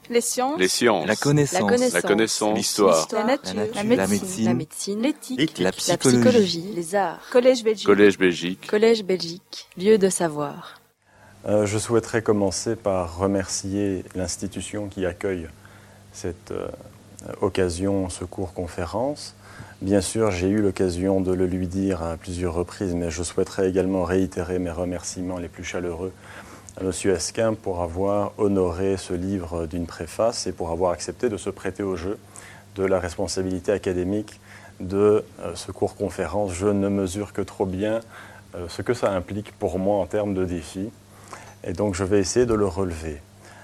Les sciences. Les sciences. La connaissance. La connaissance. L'histoire. La nature. La médecine. L'éthique. La La psychologie. psychologie. Les arts. Collège Belgique. Collège Belgique. Collège Belgique. Lieu de savoir. Je souhaiterais commencer par remercier l'institution qui accueille cette occasion, ce cours-conférence. Bien sûr, j'ai eu l'occasion de le lui dire à plusieurs reprises, mais je souhaiterais également réitérer mes remerciements les plus chaleureux à M. Esquin pour avoir honoré ce livre d'une préface et pour avoir accepté de se prêter au jeu de la responsabilité académique de ce cours-conférence. Je ne mesure que trop bien ce que ça implique pour moi en termes de défis, et donc je vais essayer de le relever.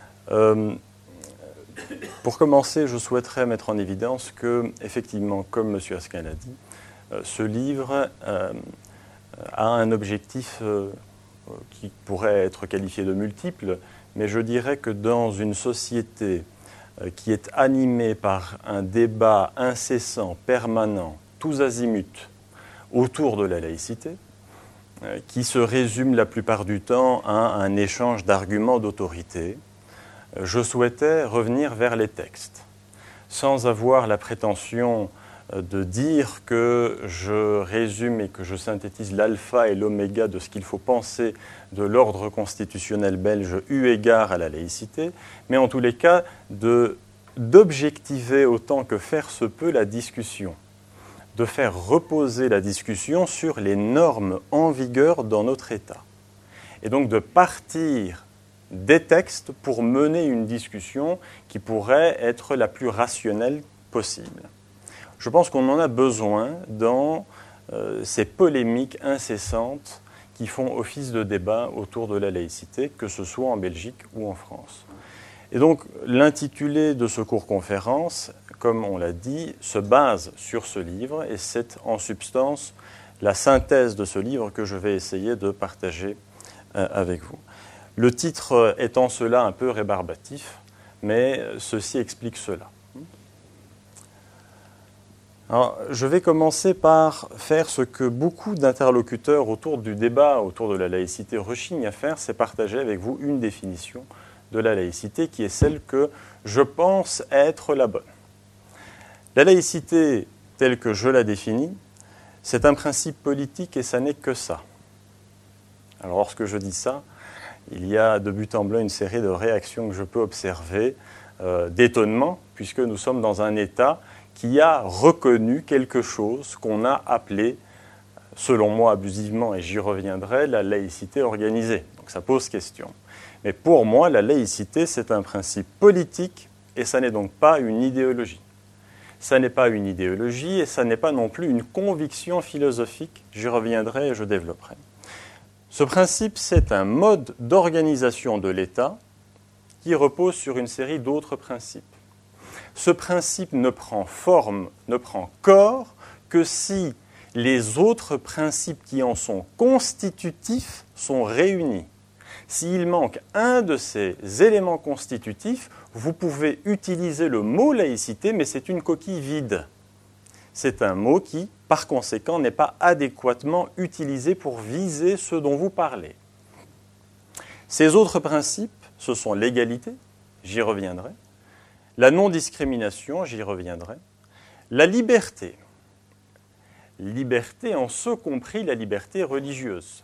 Pour commencer, je souhaiterais mettre en évidence que, effectivement, comme M. Esquin l'a dit, ce livre a un objectif qui pourrait être qualifié de multiple, mais je dirais que dans une société qui est animée par un débat incessant, permanent, tous azimuts, autour de la laïcité, qui se résume la plupart du temps à un échange d'arguments d'autorité, je souhaitais revenir vers les textes, sans avoir la prétention de dire que je résume et que je synthétise l'alpha et l'oméga de ce qu'il faut penser de l'ordre constitutionnel belge eu égard à la laïcité, mais en tous les cas d'objectiver autant que faire se peut la discussion, de faire reposer la discussion sur les normes en vigueur dans notre État, et donc de partir des textes pour mener une discussion qui pourrait être la plus rationnelle possible. Je pense qu'on en a besoin dans ces polémiques incessantes qui font office de débat autour de la laïcité, que ce soit en Belgique ou en France. Et donc l'intitulé de ce cours-conférence, comme on l'a dit, se base sur ce livre, et c'est en substance la synthèse de ce livre que je vais essayer de partager avec vous. Le titre est en cela un peu rébarbatif, mais ceci explique cela. Alors, je vais commencer par faire ce que beaucoup d'interlocuteurs autour du débat, autour de la laïcité, rechignent à faire, c'est partager avec vous une définition de la laïcité qui est celle que je pense être la bonne. La laïcité, telle que je la définis, c'est un principe politique et ça n'est que ça. Alors, lorsque je dis ça, il y a de but en blanc une série de réactions que je peux observer, d'étonnement, puisque nous sommes dans un État qui a reconnu quelque chose qu'on a appelé, selon moi abusivement, et j'y reviendrai, la laïcité organisée. Donc ça pose question. Mais pour moi, la laïcité, c'est un principe politique, et ça n'est donc pas une idéologie. Ça n'est pas une idéologie, et ça n'est pas non plus une conviction philosophique. J'y reviendrai et je développerai. Ce principe, c'est un mode d'organisation de l'État qui repose sur une série d'autres principes. Ce principe ne prend forme, ne prend corps que si les autres principes qui en sont constitutifs sont réunis. S'il manque un de ces éléments constitutifs, vous pouvez utiliser le mot laïcité, mais c'est une coquille vide. C'est un mot qui, par conséquent, n'est pas adéquatement utilisé pour viser ce dont vous parlez. Ces autres principes, ce sont l'égalité, j'y reviendrai, la non-discrimination, j'y reviendrai, la liberté. Liberté en ce compris la liberté religieuse.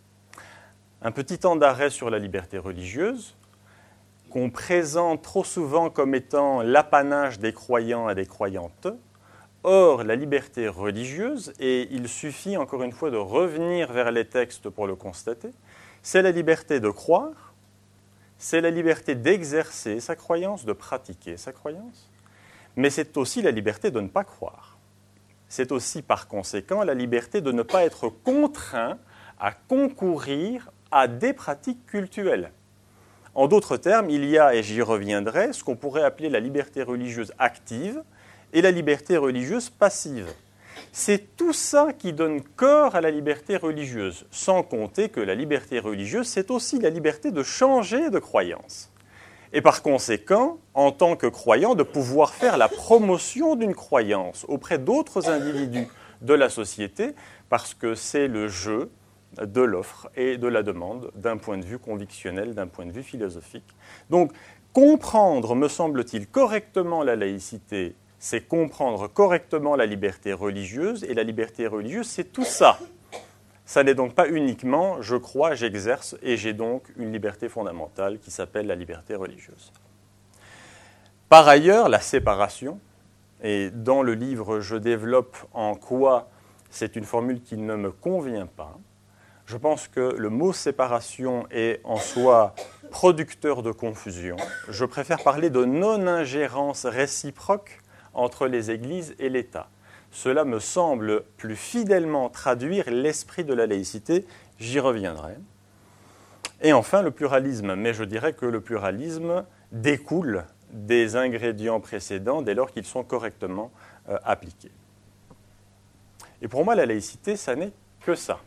Un petit temps d'arrêt sur la liberté religieuse, qu'on présente trop souvent comme étant l'apanage des croyants et des croyantes. Or, la liberté religieuse, et il suffit encore une fois de revenir vers les textes pour le constater, c'est la liberté de croire, c'est la liberté d'exercer sa croyance, de pratiquer sa croyance, mais c'est aussi la liberté de ne pas croire. C'est aussi par conséquent la liberté de ne pas être contraint à concourir à des pratiques cultuelles. En d'autres termes, il y a, et j'y reviendrai, ce qu'on pourrait appeler la liberté religieuse active, et la liberté religieuse passive. C'est tout ça qui donne corps à la liberté religieuse, sans compter que la liberté religieuse, c'est aussi la liberté de changer de croyance. Et par conséquent, en tant que croyant, de pouvoir faire la promotion d'une croyance auprès d'autres individus de la société, parce que c'est le jeu de l'offre et de la demande d'un point de vue convictionnel, d'un point de vue philosophique. Donc, Comprendre, me semble-t-il, correctement la laïcité, c'est comprendre correctement la liberté religieuse, et la liberté religieuse, c'est tout ça. Ça n'est donc pas uniquement « je crois, j'exerce, et j'ai donc une liberté fondamentale qui s'appelle la liberté religieuse ». Par ailleurs, la séparation, et dans le livre, je développe en quoi c'est une formule qui ne me convient pas. Je pense que le mot séparation est en soi producteur de confusion. Je préfère parler de non-ingérence réciproque entre les églises et l'État. Cela me semble plus fidèlement traduire l'esprit de la laïcité, j'y reviendrai. Et enfin, le pluralisme, mais je dirais que le pluralisme découle des ingrédients précédents dès lors qu'ils sont correctement appliqués. Et pour moi, la laïcité, ça n'est que ça.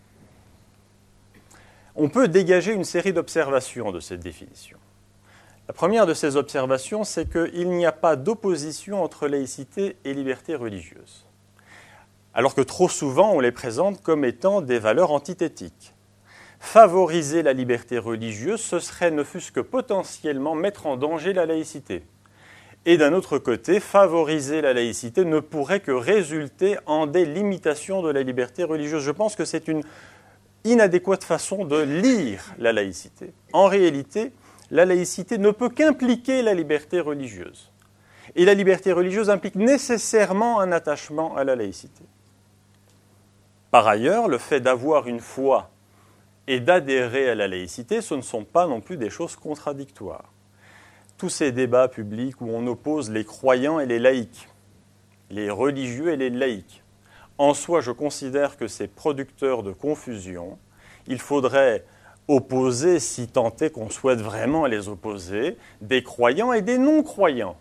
On peut dégager une série d'observations de cette définition. La première de ces observations, c'est qu'il n'y a pas d'opposition entre laïcité et liberté religieuse, alors que trop souvent on les présente comme étant des valeurs antithétiques. Favoriser la liberté religieuse, ce serait ne fût-ce que potentiellement mettre en danger la laïcité. Et d'un autre côté, favoriser la laïcité ne pourrait que résulter en des limitations de la liberté religieuse. Je pense que c'est une inadéquate façon de lire la laïcité. En réalité, la laïcité ne peut qu'impliquer la liberté religieuse. Et la liberté religieuse implique nécessairement un attachement à la laïcité. Par ailleurs, le fait d'avoir une foi et d'adhérer à la laïcité, ce ne sont pas non plus des choses contradictoires. Tous ces débats publics où on oppose les croyants et les laïcs, les religieux et les laïcs, en soi, je considère que c'est producteur de confusion. Il faudrait opposer, si tant est qu'on souhaite vraiment les opposer, des croyants et des non-croyants.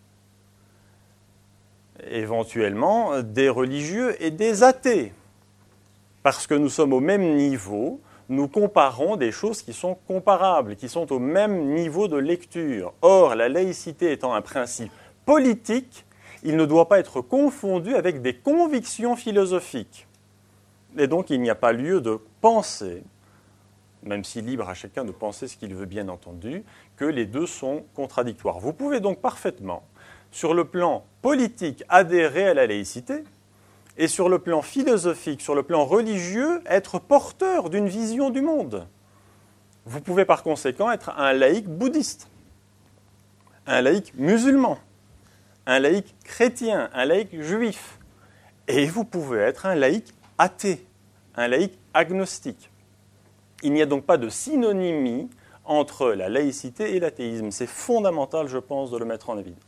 Éventuellement, des religieux et des athées. Parce que nous sommes au même niveau, nous comparons des choses qui sont comparables, qui sont au même niveau de lecture. Or, la laïcité étant un principe politique, il ne doit pas être confondu avec des convictions philosophiques. Et donc, il n'y a pas lieu de penser, même si libre à chacun de penser ce qu'il veut bien entendu, que les deux sont contradictoires. Vous pouvez donc parfaitement, sur le plan politique, adhérer à la laïcité, et sur le plan philosophique, sur le plan religieux, être porteur d'une vision du monde. Vous pouvez par conséquent être un laïc bouddhiste, un laïc musulman, un laïc chrétien, un laïc juif. Et vous pouvez être un laïc athée, un laïc agnostique. Il n'y a donc pas de synonymie entre la laïcité et l'athéisme. C'est fondamental, je pense, de le mettre en évidence.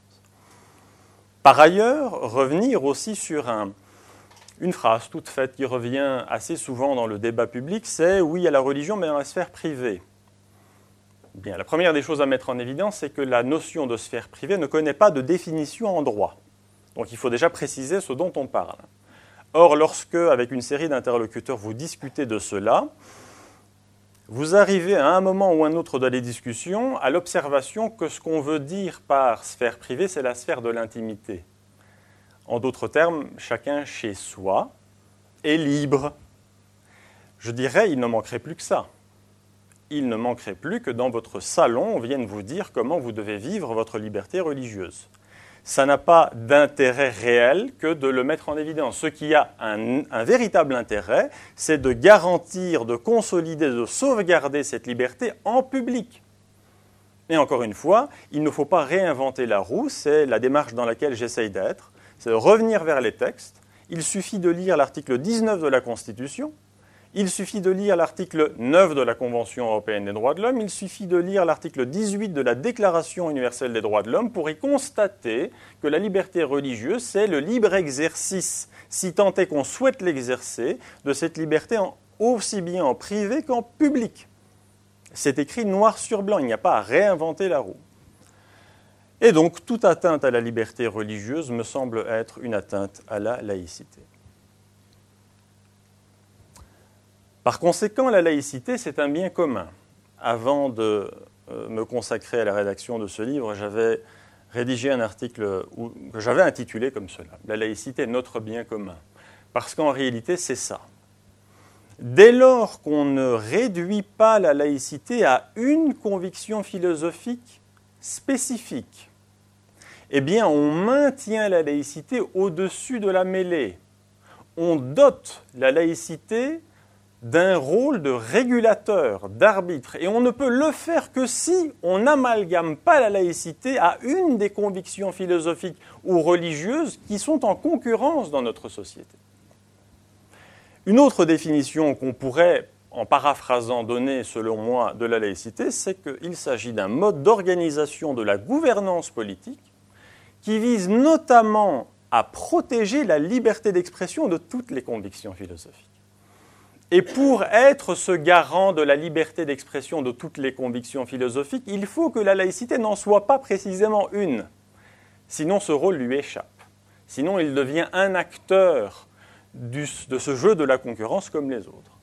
Par ailleurs, revenir aussi sur une phrase toute faite qui revient assez souvent dans le débat public, c'est « oui à la religion, mais dans la sphère privée ». Bien, la première des choses à mettre en évidence, c'est que la notion de sphère privée ne connaît pas de définition en droit. Donc il faut déjà préciser ce dont on parle. Or, lorsque, avec une série d'interlocuteurs, vous discutez de cela, vous arrivez à un moment ou un autre de la discussion à l'observation que ce qu'on veut dire par sphère privée, c'est la sphère de l'intimité. En d'autres termes, chacun chez soi est libre. Je dirais, il ne manquerait plus que ça. Il ne manquerait plus que dans votre salon, on vienne vous dire comment vous devez vivre votre liberté religieuse. Ça n'a pas d'intérêt réel que de le mettre en évidence. Ce qui a un véritable intérêt, c'est de garantir, de consolider, de sauvegarder cette liberté en public. Et encore une fois, il ne faut pas réinventer la roue, c'est la démarche dans laquelle j'essaye d'être. C'est de revenir vers les textes. Il suffit de lire l'article 19 de la Constitution, il suffit de lire l'article 9 de la Convention européenne des droits de l'homme, il suffit de lire l'article 18 de la Déclaration universelle des droits de l'homme pour y constater que la liberté religieuse, c'est le libre exercice, si tant est qu'on souhaite l'exercer, de cette liberté aussi bien en privé qu'en public. C'est écrit noir sur blanc, il n'y a pas à réinventer la roue. Et donc, toute atteinte à la liberté religieuse me semble être une atteinte à la laïcité. Par conséquent, la laïcité, c'est un bien commun. Avant de me consacrer à la rédaction de ce livre, j'avais rédigé un article que j'avais intitulé comme cela. La laïcité est notre bien commun. Parce qu'en réalité, c'est ça. Dès lors qu'on ne réduit pas la laïcité à une conviction philosophique, spécifique, eh bien, on maintient la laïcité au-dessus de la mêlée. On dote la laïcité d'un rôle de régulateur, d'arbitre. Et on ne peut le faire que si on n'amalgame pas la laïcité à une des convictions philosophiques ou religieuses qui sont en concurrence dans notre société. Une autre définition qu'on pourrait, en paraphrasant, donner, selon moi, de la laïcité, c'est qu'il s'agit d'un mode d'organisation de la gouvernance politique qui vise notamment à protéger la liberté d'expression de toutes les convictions philosophiques. Et pour être ce garant de la liberté d'expression de toutes les convictions philosophiques, il faut que la laïcité n'en soit pas précisément une. Sinon, ce rôle lui échappe. Sinon, il devient un acteur de ce jeu de la concurrence comme les autres.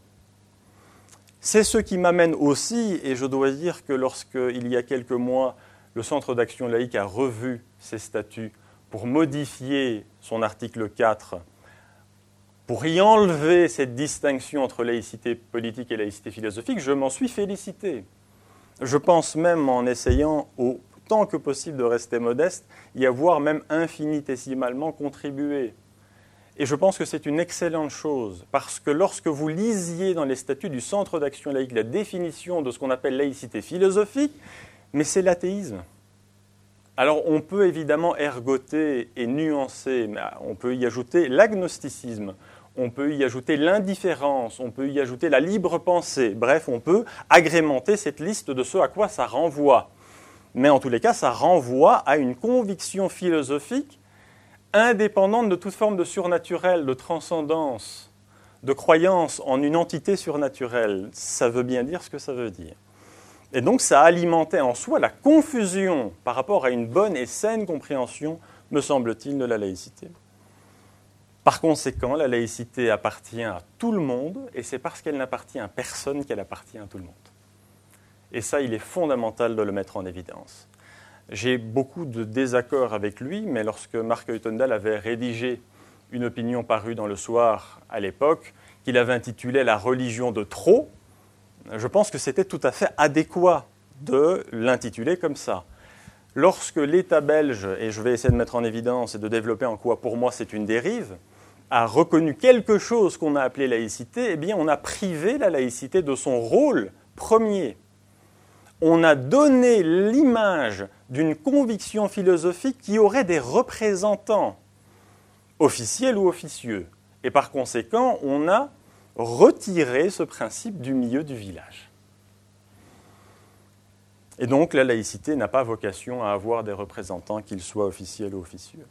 C'est ce qui m'amène aussi, et je dois dire que lorsqu'il y a quelques mois, le Centre d'action laïque a revu ses statuts pour modifier son article 4, pour y enlever cette distinction entre laïcité politique et laïcité philosophique, je m'en suis félicité. Je pense même, en essayant autant que possible de rester modeste, y avoir même infinitésimalement contribué. Et je pense que c'est une excellente chose, parce que lorsque vous lisiez dans les statuts du Centre d'action laïque la définition de ce qu'on appelle laïcité philosophique, mais c'est l'athéisme. Alors on peut évidemment ergoter et nuancer, mais on peut y ajouter l'agnosticisme, on peut y ajouter l'indifférence, on peut y ajouter la libre pensée. Bref, on peut agrémenter cette liste de ce à quoi ça renvoie. Mais en tous les cas, ça renvoie à une conviction philosophique indépendante de toute forme de surnaturel, de transcendance, de croyance en une entité surnaturelle. Ça veut bien dire ce que ça veut dire. Et donc ça alimentait en soi la confusion par rapport à une bonne et saine compréhension, me semble-t-il, de la laïcité. Par conséquent, la laïcité appartient à tout le monde, et c'est parce qu'elle n'appartient à personne qu'elle appartient à tout le monde. Et ça, il est fondamental de le mettre en évidence. J'ai beaucoup de désaccords avec lui, mais lorsque Marc Heutendal avait rédigé une opinion parue dans Le Soir à l'époque, qu'il avait intitulée « La religion de trop », je pense que c'était tout à fait adéquat de l'intituler comme ça. Lorsque l'État belge, et je vais essayer de mettre en évidence et de développer en quoi pour moi c'est une dérive, a reconnu quelque chose qu'on a appelé laïcité, eh bien on a privé la laïcité de son rôle premier. On a donné l'image d'une conviction philosophique qui aurait des représentants, officiels ou officieux. Et par conséquent, on a retiré ce principe du milieu du village. Et donc, la laïcité n'a pas vocation à avoir des représentants, qu'ils soient officiels ou officieux.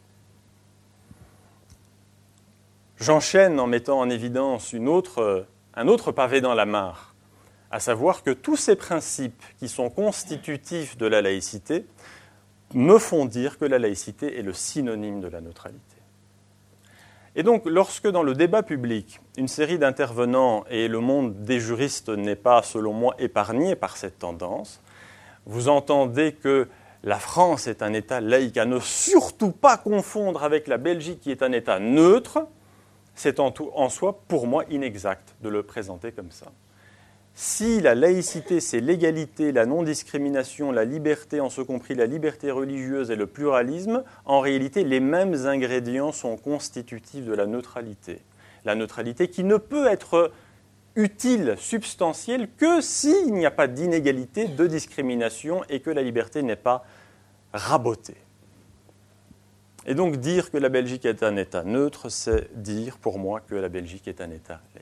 J'enchaîne en mettant en évidence un autre pavé dans la mare, à savoir que tous ces principes qui sont constitutifs de la laïcité me font dire que la laïcité est le synonyme de la neutralité. Et donc, lorsque dans le débat public, une série d'intervenants, et le monde des juristes n'est pas, selon moi, épargné par cette tendance, vous entendez que la France est un État laïque, à ne surtout pas confondre avec la Belgique qui est un État neutre, c'est en soi, pour moi, inexact de le présenter comme ça. Si la laïcité, c'est l'égalité, la non-discrimination, la liberté, en ce compris la liberté religieuse et le pluralisme, en réalité, les mêmes ingrédients sont constitutifs de la neutralité. La neutralité qui ne peut être utile, substantielle, que s'il n'y a pas d'inégalité, de discrimination et que la liberté n'est pas rabotée. Et donc dire que la Belgique est un État neutre, c'est dire pour moi que la Belgique est un État laïque.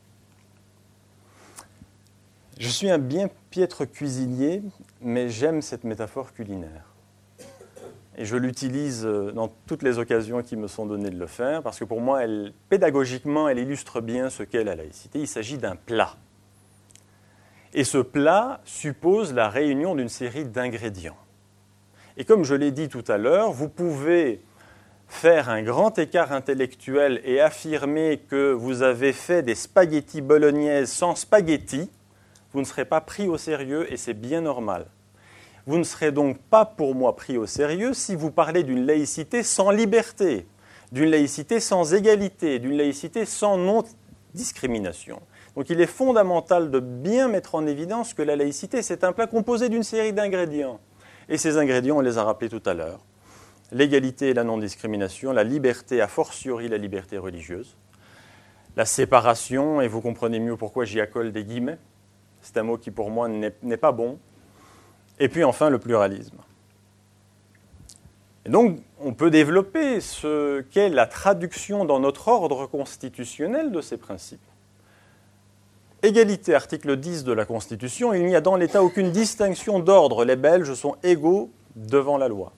Je suis un bien piètre cuisinier, mais j'aime cette métaphore culinaire. Et je l'utilise dans toutes les occasions qui me sont données de le faire, parce que pour moi, pédagogiquement, elle illustre bien ce qu'est la laïcité. Il s'agit d'un plat. Et ce plat suppose la réunion d'une série d'ingrédients. Et comme je l'ai dit tout à l'heure, vous pouvez faire un grand écart intellectuel et affirmer que vous avez fait des spaghettis bolognaises sans spaghettis, vous ne serez pas pris au sérieux et c'est bien normal. Vous ne serez donc pas pour moi pris au sérieux si vous parlez d'une laïcité sans liberté, d'une laïcité sans égalité, d'une laïcité sans non-discrimination. Donc il est fondamental de bien mettre en évidence que la laïcité, c'est un plat composé d'une série d'ingrédients. Et ces ingrédients, on les a rappelés tout à l'heure. L'égalité et la non-discrimination, la liberté, a fortiori la liberté religieuse, la séparation, et vous comprenez mieux pourquoi j'y accole des guillemets, c'est un mot qui pour moi n'est pas bon, et puis enfin le pluralisme. Et donc on peut développer ce qu'est la traduction dans notre ordre constitutionnel de ces principes. Égalité, article 10 de la Constitution, il n'y a dans l'État aucune distinction d'ordre, les Belges sont égaux devant la loi.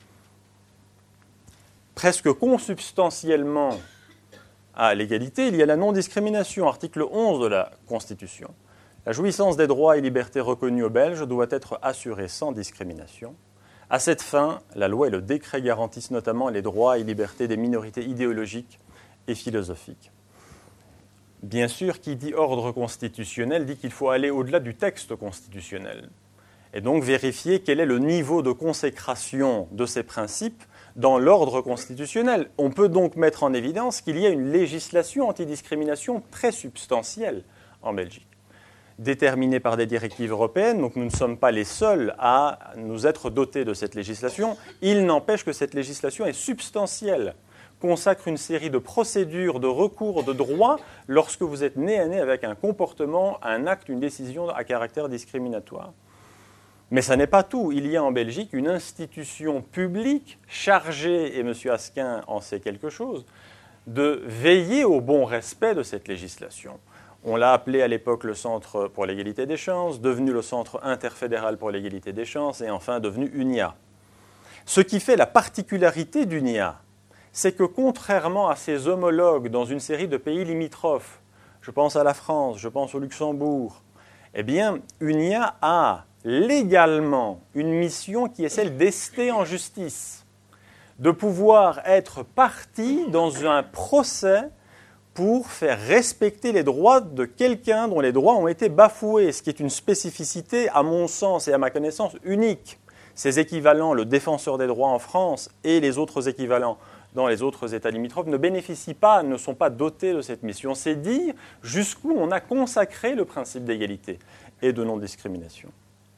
Presque consubstantiellement à l'égalité, il y a la non-discrimination, article 11 de la Constitution. La jouissance des droits et libertés reconnus aux Belges doit être assurée sans discrimination. À cette fin, la loi et le décret garantissent notamment les droits et libertés des minorités idéologiques et philosophiques. Bien sûr, qui dit ordre constitutionnel dit qu'il faut aller au-delà du texte constitutionnel et donc vérifier quel est le niveau de consécration de ces principes dans l'ordre constitutionnel. On peut donc mettre en évidence qu'il y a une législation antidiscrimination très substantielle en Belgique, déterminée par des directives européennes, donc nous ne sommes pas les seuls à nous être dotés de cette législation. Il n'empêche que cette législation est substantielle, consacre une série de procédures, de recours, de droits lorsque vous êtes nez à nez avec un comportement, un acte, une décision à caractère discriminatoire. Mais ça n'est pas tout. Il y a en Belgique une institution publique chargée, et M. Asquin en sait quelque chose, de veiller au bon respect de cette législation. On l'a appelé à l'époque le Centre pour l'égalité des chances, devenu le Centre interfédéral pour l'égalité des chances, et enfin devenu UNIA. Ce qui fait la particularité d'UNIA, c'est que contrairement à ses homologues dans une série de pays limitrophes, je pense à la France, je pense au Luxembourg, eh bien, UNIA a légalement une mission qui est celle d'ester en justice, de pouvoir être partie dans un procès pour faire respecter les droits de quelqu'un dont les droits ont été bafoués, ce qui est une spécificité, à mon sens et à ma connaissance, unique. Ces équivalents, le défenseur des droits en France et les autres équivalents dans les autres États limitrophes, ne bénéficient pas, ne sont pas dotés de cette mission. C'est dire jusqu'où on a consacré le principe d'égalité et de non-discrimination.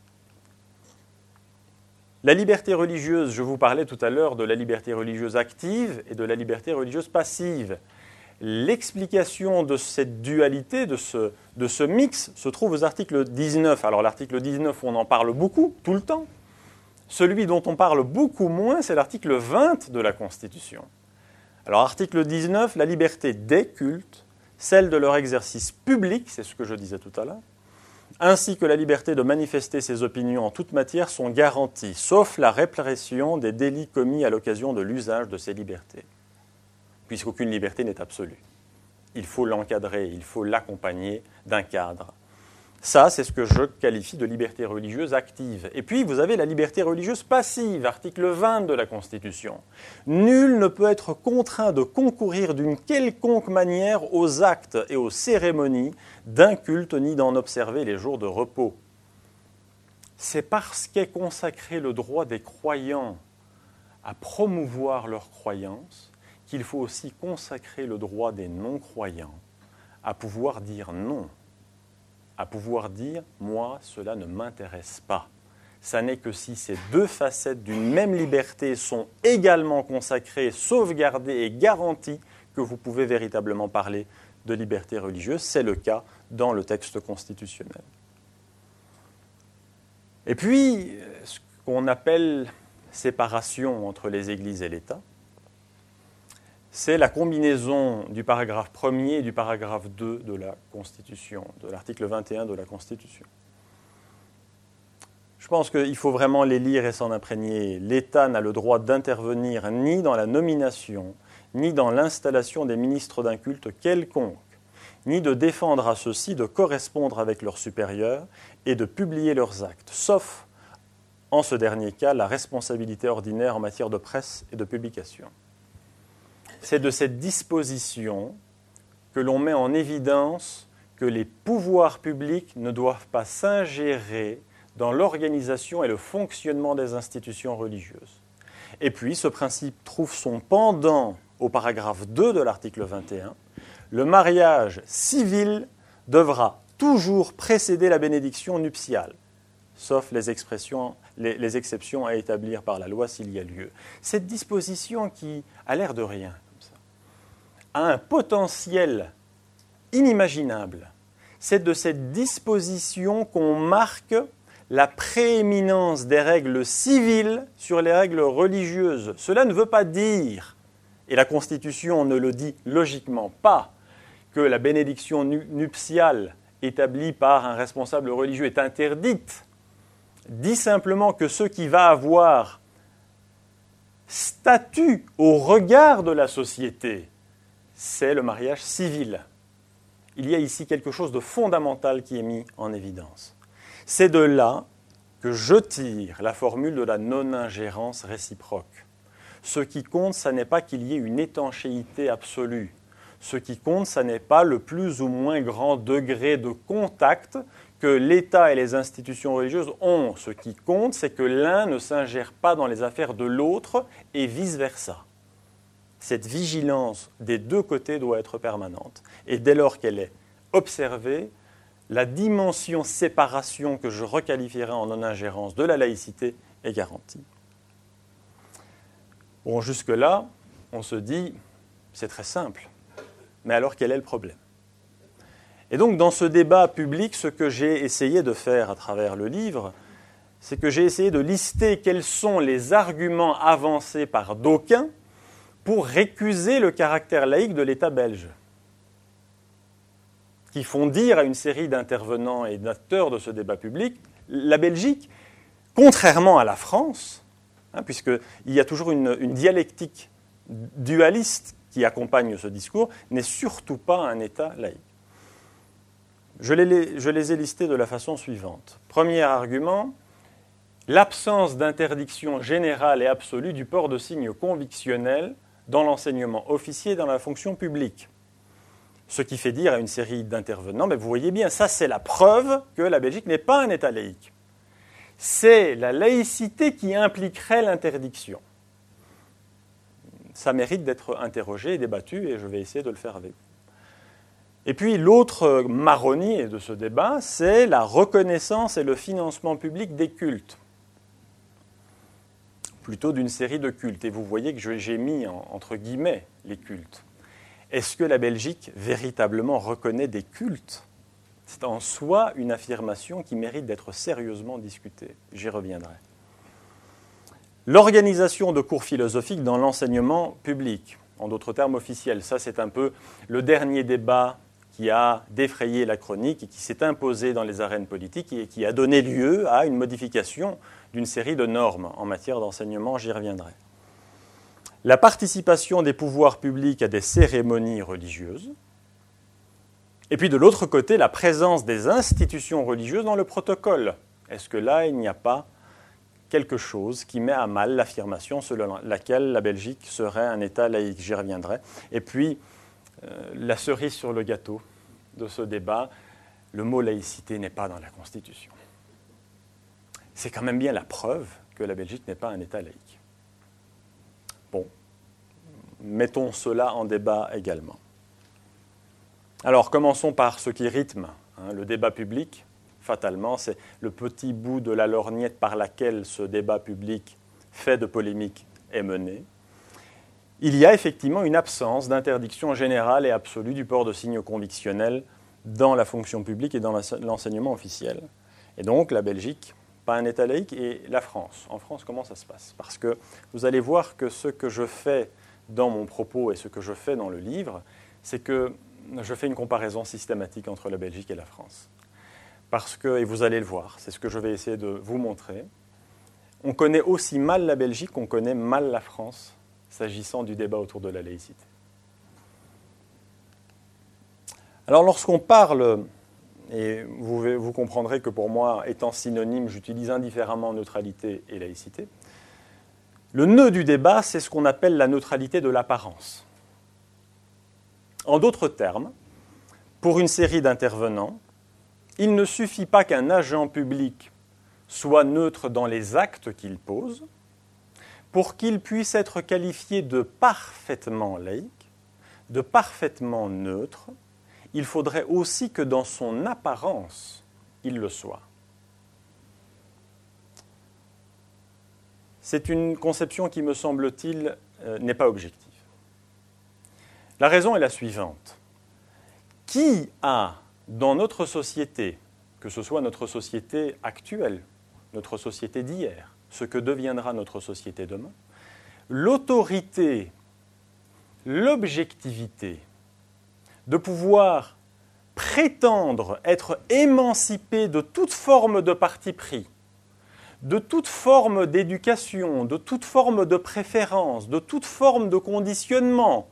La liberté religieuse, je vous parlais tout à l'heure de la liberté religieuse active et de la liberté religieuse passive. L'explication de cette dualité, de ce mix, se trouve aux articles 19. Alors l'article 19, on en parle beaucoup, tout le temps. Celui dont on parle beaucoup moins, c'est l'article 20 de la Constitution. Alors article 19, la liberté des cultes, celle de leur exercice public, c'est ce que je disais tout à l'heure, ainsi que la liberté de manifester ses opinions en toute matière sont garanties, sauf la répression des délits commis à l'occasion de l'usage de ces libertés, puisqu'aucune liberté n'est absolue. Il faut l'encadrer, il faut l'accompagner d'un cadre. Ça, c'est ce que je qualifie de liberté religieuse active. Et puis, vous avez la liberté religieuse passive, article 20 de la Constitution. Nul ne peut être contraint de concourir d'une quelconque manière aux actes et aux cérémonies d'un culte ni d'en observer les jours de repos. C'est parce qu'est consacré le droit des croyants à promouvoir leurs croyances qu'il faut aussi consacrer le droit des non-croyants à pouvoir dire non. À pouvoir dire « moi, cela ne m'intéresse pas ». Ça n'est que si ces deux facettes d'une même liberté sont également consacrées, sauvegardées et garanties que vous pouvez véritablement parler de liberté religieuse. C'est le cas dans le texte constitutionnel. Et puis, ce qu'on appelle séparation entre les églises et l'État, c'est la combinaison du paragraphe 1er et du paragraphe 2 de la Constitution, de l'article 21 de la Constitution. Je pense qu'il faut vraiment les lire et s'en imprégner. L'État n'a le droit d'intervenir ni dans la nomination, ni dans l'installation des ministres d'un culte quelconque, ni de défendre à ceux-ci de correspondre avec leurs supérieurs et de publier leurs actes, sauf, en ce dernier cas, la responsabilité ordinaire en matière de presse et de publication. C'est de cette disposition que l'on met en évidence que les pouvoirs publics ne doivent pas s'ingérer dans l'organisation et le fonctionnement des institutions religieuses. Et puis, ce principe trouve son pendant au paragraphe 2 de l'article 21. Le mariage civil devra toujours précéder la bénédiction nuptiale, sauf les exceptions les exceptions à établir par la loi s'il y a lieu. Cette disposition qui a l'air de rien, comme ça, a un potentiel inimaginable. C'est de cette disposition qu'on marque la prééminence des règles civiles sur les règles religieuses. Cela ne veut pas dire, et la Constitution ne le dit logiquement pas, que la bénédiction nuptiale établie par un responsable religieux est interdite. Dit simplement que ce qui va avoir statut au regard de la société, c'est le mariage civil. Il y a ici quelque chose de fondamental qui est mis en évidence. C'est de là que je tire la formule de la non-ingérence réciproque. Ce qui compte, ce n'est pas qu'il y ait une étanchéité absolue. Ce qui compte, ce n'est pas le plus ou moins grand degré de contact que l'État et les institutions religieuses ont. Ce qui compte, c'est que l'un ne s'ingère pas dans les affaires de l'autre et vice-versa. Cette vigilance des deux côtés doit être permanente. Et dès lors qu'elle est observée, la dimension séparation que je requalifierai en non-ingérence de la laïcité est garantie. Bon, jusque-là, on se dit, c'est très simple. Mais alors, quel est le problème ? Et donc, dans ce débat public, ce que j'ai essayé de faire à travers le livre, c'est que j'ai essayé de lister quels sont les arguments avancés par d'aucuns pour récuser le caractère laïque de l'État belge, qui font dire à une série d'intervenants et d'acteurs de ce débat public, la Belgique, contrairement à la France, puisqu'il y a toujours une dialectique dualiste qui accompagne ce discours, n'est surtout pas un État laïque. Je les ai listés de la façon suivante. Premier argument, l'absence d'interdiction générale et absolue du port de signes convictionnels dans l'enseignement officiel et dans la fonction publique. Ce qui fait dire à une série d'intervenants, vous voyez bien, ça c'est la preuve que la Belgique n'est pas un État laïque. C'est la laïcité qui impliquerait l'interdiction. Ça mérite d'être interrogé et débattu, et je vais essayer de le faire avec vous. Et puis l'autre marronnier de ce débat, c'est la reconnaissance et le financement public des cultes. Plutôt d'une série de cultes. Et vous voyez que j'ai mis entre guillemets les cultes. Est-ce que la Belgique véritablement reconnaît des cultes ? C'est en soi une affirmation qui mérite d'être sérieusement discutée. J'y reviendrai. L'organisation de cours philosophiques dans l'enseignement public, en d'autres termes officiels, ça c'est un peu le dernier débat qui a défrayé la chronique et qui s'est imposé dans les arènes politiques et qui a donné lieu à une modification d'une série de normes en matière d'enseignement, j'y reviendrai. La participation des pouvoirs publics à des cérémonies religieuses, et puis de l'autre côté, la présence des institutions religieuses dans le protocole. Est-ce que là, il n'y a pas quelque chose qui met à mal l'affirmation selon laquelle la Belgique serait un État laïque ? J'y reviendrai. Et puis, la cerise sur le gâteau de ce débat, le mot laïcité n'est pas dans la Constitution. C'est quand même bien la preuve que la Belgique n'est pas un État laïque. Bon, mettons cela en débat également. Alors, commençons par ce qui rythme le débat public. Fatalement, c'est le petit bout de la lorgnette par laquelle ce débat public fait de polémique est mené. Il y a effectivement une absence d'interdiction générale et absolue du port de signes convictionnels dans la fonction publique et dans l'enseignement officiel. Et donc, la Belgique, pas un État laïque, et la France. En France, comment ça se passe ? Parce que vous allez voir que ce que je fais dans mon propos et ce que je fais dans le livre, c'est que je fais une comparaison systématique entre la Belgique et la France. Parce que, et vous allez le voir, c'est ce que je vais essayer de vous montrer, on connaît aussi mal la Belgique qu'on connaît mal la France, s'agissant du débat autour de la laïcité. Alors lorsqu'on parle, et vous comprendrez que pour moi, étant synonyme, j'utilise indifféremment neutralité et laïcité, le nœud du débat, c'est ce qu'on appelle la neutralité de l'apparence. En d'autres termes, pour une série d'intervenants, il ne suffit pas qu'un agent public soit neutre dans les actes qu'il pose, pour qu'il puisse être qualifié de parfaitement laïque, de parfaitement neutre, il faudrait aussi que dans son apparence, il le soit. c'est une conception qui, me semble-t-il, n'est pas objective. La raison est la suivante. Qui a, dans notre société, que ce soit notre société actuelle, notre société d'hier, ce que deviendra notre société demain, l'autorité, l'objectivité de pouvoir prétendre être émancipé de toute forme de parti pris, de toute forme d'éducation, de toute forme de préférence, de toute forme de conditionnement,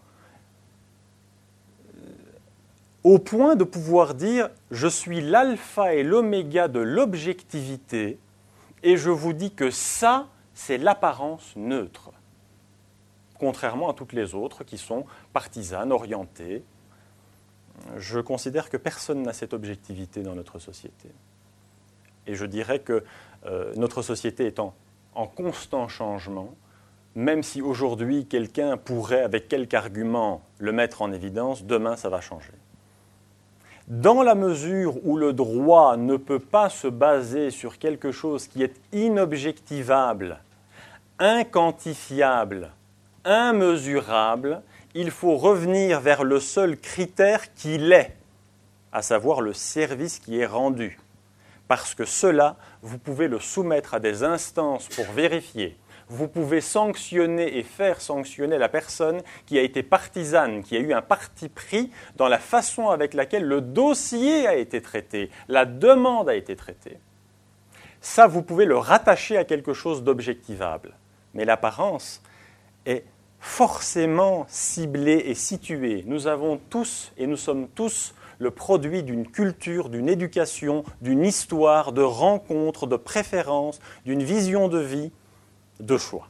au point de pouvoir dire « je suis l'alpha et l'oméga de l'objectivité et je vous dis que ça, c'est l'apparence neutre », contrairement à toutes les autres qui sont partisanes, orientées. Je considère que personne n'a cette objectivité dans notre société. Et je dirais que notre société est en constant changement, même si aujourd'hui quelqu'un pourrait, avec quelque argument, le mettre en évidence, demain ça va changer. Dans la mesure où le droit ne peut pas se baser sur quelque chose qui est inobjectivable, inquantifiable, immesurable, il faut revenir vers le seul critère qu'il est, à savoir le service qui est rendu. Parce que cela, vous pouvez le soumettre à des instances pour vérifier. Vous pouvez sanctionner et faire sanctionner la personne qui a été partisane, qui a eu un parti pris dans la façon avec laquelle le dossier a été traité, la demande a été traitée. Ça, vous pouvez le rattacher à quelque chose d'objectivable. Mais l'apparence est forcément ciblée et située. Nous avons tous, et nous sommes tous, le produit d'une culture, d'une éducation, d'une histoire, de rencontres, de préférences, d'une vision de vie, de choix.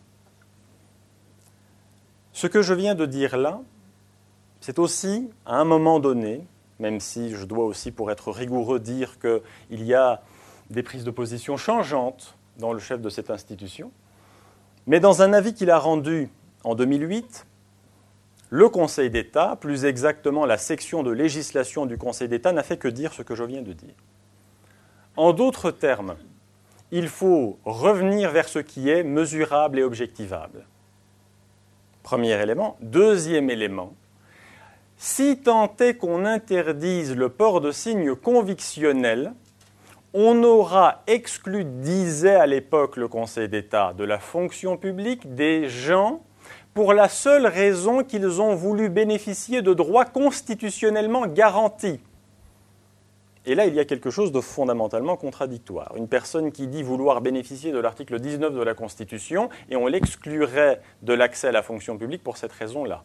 Ce que je viens de dire là, c'est aussi, à un moment donné, même si je dois aussi, pour être rigoureux, dire qu'il y a des prises de position changeantes dans le chef de cette institution, mais dans un avis qu'il a rendu en 2008, le Conseil d'État, plus exactement la section de législation du Conseil d'État, n'a fait que dire ce que je viens de dire. En d'autres termes, il faut revenir vers ce qui est mesurable et objectivable. Premier élément. Deuxième élément, si tant est qu'on interdise le port de signes convictionnels, on aura exclu, disait à l'époque le Conseil d'État, de la fonction publique des gens pour la seule raison qu'ils ont voulu bénéficier de droits constitutionnellement garantis. Et là, il y a quelque chose de fondamentalement contradictoire. Une personne qui dit vouloir bénéficier de l'article 19 de la Constitution et on l'exclurait de l'accès à la fonction publique pour cette raison-là.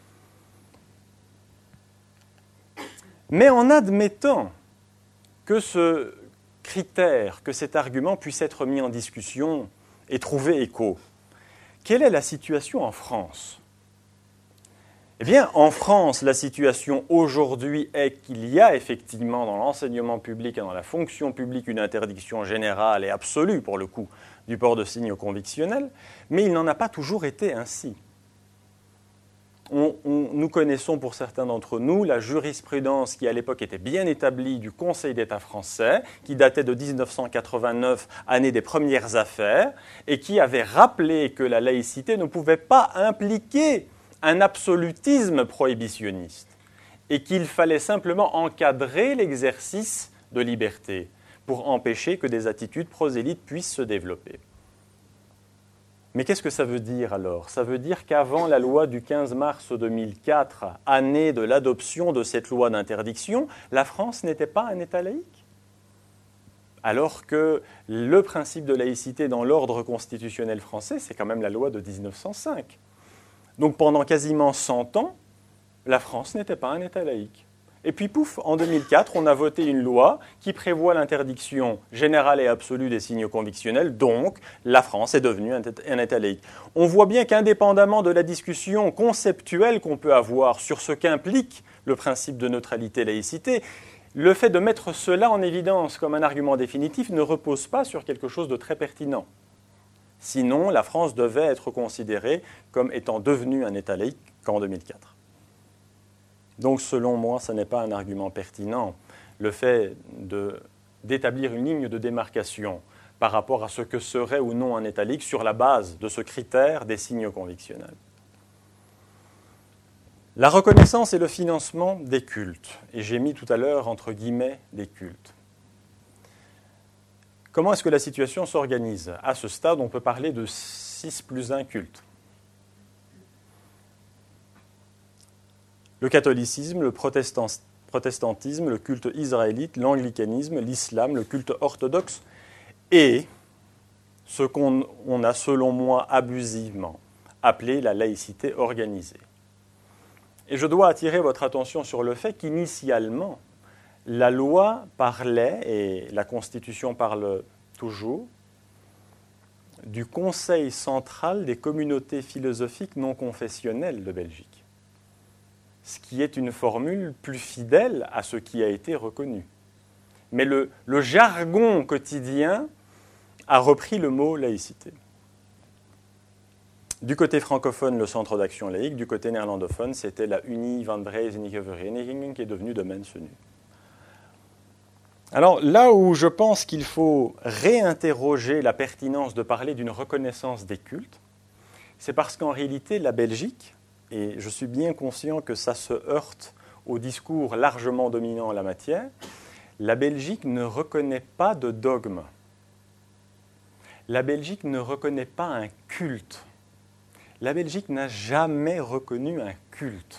Mais en admettant que ce critère, que cet argument puisse être mis en discussion et trouver écho, quelle est la situation en France ? Eh bien, en France, la situation aujourd'hui est qu'il y a effectivement dans l'enseignement public et dans la fonction publique une interdiction générale et absolue, pour le coup, du port de signes convictionnels, mais il n'en a pas toujours été ainsi. Nous connaissons pour certains d'entre nous la jurisprudence qui à l'époque était bien établie du Conseil d'État français, qui datait de 1989, année des premières affaires, et qui avait rappelé que la laïcité ne pouvait pas impliquer un absolutisme prohibitionniste et qu'il fallait simplement encadrer l'exercice de liberté pour empêcher que des attitudes prosélytes puissent se développer. Mais qu'est-ce que ça veut dire alors ? Ça veut dire qu'avant la loi du 15 mars 2004, année de l'adoption de cette loi d'interdiction, la France n'était pas un État laïque ? Alors que le principe de laïcité dans l'ordre constitutionnel français, c'est quand même la loi de 1905. Donc pendant quasiment 100 ans, la France n'était pas un État laïque. Et puis pouf, en 2004, on a voté une loi qui prévoit l'interdiction générale et absolue des signes convictionnels, donc la France est devenue un État laïque. On voit bien qu'indépendamment de la discussion conceptuelle qu'on peut avoir sur ce qu'implique le principe de neutralité-laïcité, le fait de mettre cela en évidence comme un argument définitif ne repose pas sur quelque chose de très pertinent. Sinon, la France devait être considérée comme étant devenue un État laïque qu'en 2004. Donc, selon moi, ce n'est pas un argument pertinent. Le fait d'établir une ligne de démarcation par rapport à ce que serait ou non un État laïque sur la base de ce critère des signes convictionnels. La reconnaissance et le financement des cultes. Et j'ai mis tout à l'heure entre guillemets des cultes. Comment est-ce que la situation s'organise ? À ce stade, on peut parler de 6+1 cultes. Le catholicisme, le protestantisme, le culte israélite, l'anglicanisme, l'islam, le culte orthodoxe et ce qu'on a, selon moi, abusivement appelé la laïcité organisée. Et je dois attirer votre attention sur le fait qu'initialement, la loi parlait, et la Constitution parle toujours, du Conseil central des communautés philosophiques non confessionnelles de Belgique, ce qui est une formule plus fidèle à ce qui a été reconnu. Mais le jargon quotidien a repris le mot laïcité. Du côté francophone, le Centre d'action laïque, du côté néerlandophone, c'était la Unie van Vreeselijke Vereniging qui est devenue de Mens Nu. Alors là où je pense qu'il faut réinterroger la pertinence de parler d'une reconnaissance des cultes, c'est parce qu'en réalité, la Belgique, et je suis bien conscient que ça se heurte au discours largement dominant en la matière, la Belgique ne reconnaît pas de dogme. La Belgique ne reconnaît pas un culte. La Belgique n'a jamais reconnu un culte.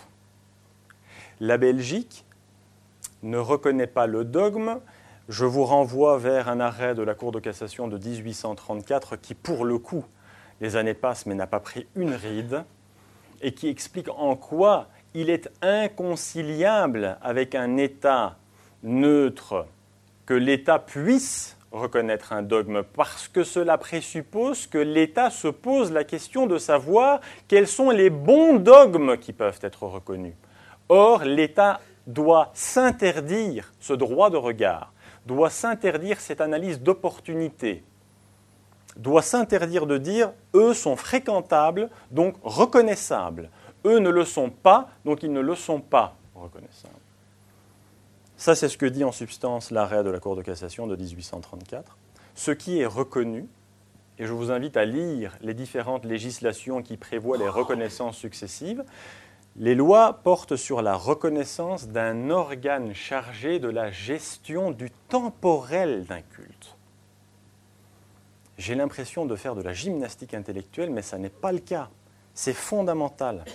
La Belgique ne reconnaît pas le dogme. Je vous renvoie vers un arrêt de la Cour de cassation de 1834 qui, pour le coup, les années passent mais n'a pas pris une ride et qui explique en quoi il est inconciliable avec un État neutre que l'État puisse reconnaître un dogme parce que cela présuppose que l'État se pose la question de savoir quels sont les bons dogmes qui peuvent être reconnus. Or, l'État doit s'interdire ce droit de regard, doit s'interdire cette analyse d'opportunité, doit s'interdire de dire « eux sont fréquentables, donc reconnaissables ». Eux ne le sont pas, donc ils ne le sont pas reconnaissables. Ça, c'est ce que dit en substance l'arrêt de la Cour de cassation de 1834. Ce qui est reconnu, et je vous invite à lire les différentes législations qui prévoient les reconnaissances successives, les lois portent sur la reconnaissance d'un organe chargé de la gestion du temporel d'un culte. J'ai l'impression de faire de la gymnastique intellectuelle, mais ça n'est pas le cas. C'est fondamental.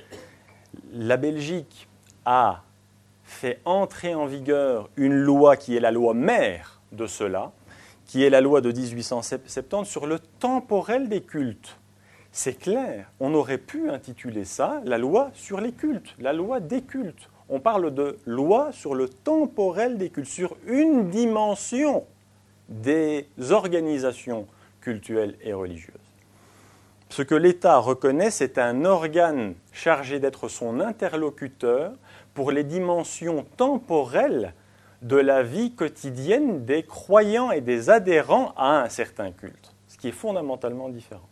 La Belgique a fait entrer en vigueur une loi qui est la loi mère de cela, qui est la loi de 1870 sur le temporel des cultes. C'est clair, on aurait pu intituler ça la loi sur les cultes, la loi des cultes. On parle de loi sur le temporel des cultes, sur une dimension des organisations cultuelles et religieuses. Ce que l'État reconnaît, c'est un organe chargé d'être son interlocuteur pour les dimensions temporelles de la vie quotidienne des croyants et des adhérents à un certain culte, ce qui est fondamentalement différent.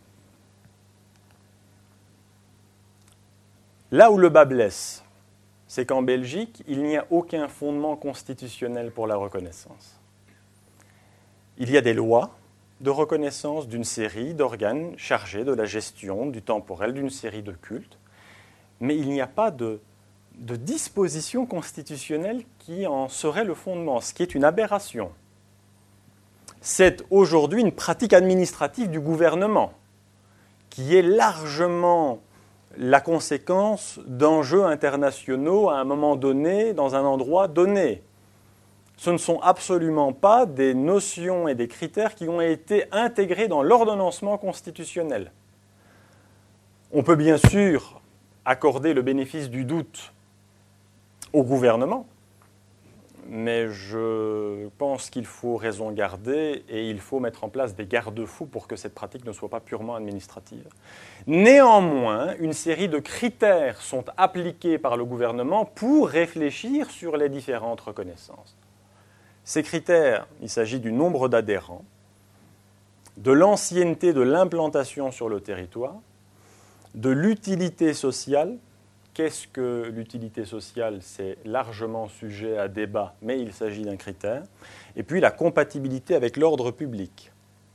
Là où le bât blesse, c'est qu'en Belgique, il n'y a aucun fondement constitutionnel pour la reconnaissance. Il y a des lois de reconnaissance d'une série d'organes chargés de la gestion du temporel d'une série de cultes, mais il n'y a pas de disposition constitutionnelle qui en serait le fondement, ce qui est une aberration. C'est aujourd'hui une pratique administrative du gouvernement qui est largement la conséquence d'enjeux internationaux à un moment donné, dans un endroit donné. Ce ne sont absolument pas des notions et des critères qui ont été intégrés dans l'ordonnancement constitutionnel. On peut bien sûr accorder le bénéfice du doute au gouvernement, mais je pense qu'il faut raison garder et il faut mettre en place des garde-fous pour que cette pratique ne soit pas purement administrative. Néanmoins, une série de critères sont appliqués par le gouvernement pour réfléchir sur les différentes reconnaissances. Ces critères, il s'agit du nombre d'adhérents, de l'ancienneté de l'implantation sur le territoire, de l'utilité sociale, qu'est-ce que l'utilité sociale? C'est largement sujet à débat, mais il s'agit d'un critère. Et puis la compatibilité avec l'ordre public.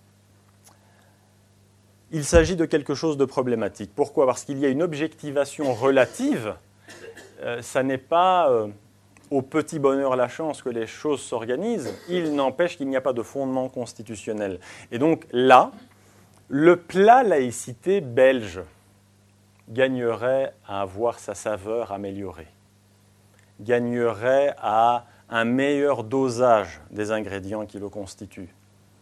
Il s'agit de quelque chose de problématique. Pourquoi? Parce qu'il y a une objectivation relative. Ça n'est pas au petit bonheur la chance que les choses s'organisent. Il n'empêche qu'il n'y a pas de fondement constitutionnel. Et donc là, le plat laïcité belge gagnerait à avoir sa saveur améliorée, gagnerait à un meilleur dosage des ingrédients qui le constituent.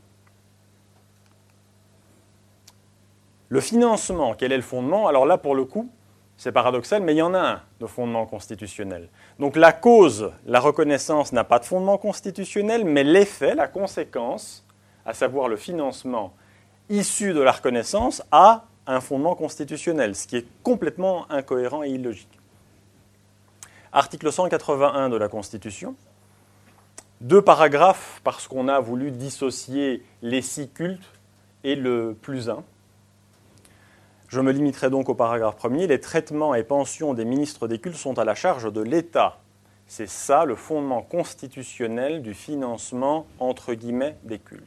Le financement, quel est le fondement? Alors là, pour le coup, c'est paradoxal, mais il y en a un de fondement constitutionnel. Donc la cause, la reconnaissance n'a pas de fondement constitutionnel, mais l'effet, la conséquence, à savoir le financement issu de la reconnaissance, a un fondement constitutionnel, ce qui est complètement incohérent et illogique. Article 181 de la Constitution, 2 paragraphes parce qu'on a voulu dissocier les 6 cultes et le plus 1. Je me limiterai donc au paragraphe 1er. Les traitements et pensions des ministres des cultes sont à la charge de l'État. C'est ça le fondement constitutionnel du financement, entre guillemets, des cultes.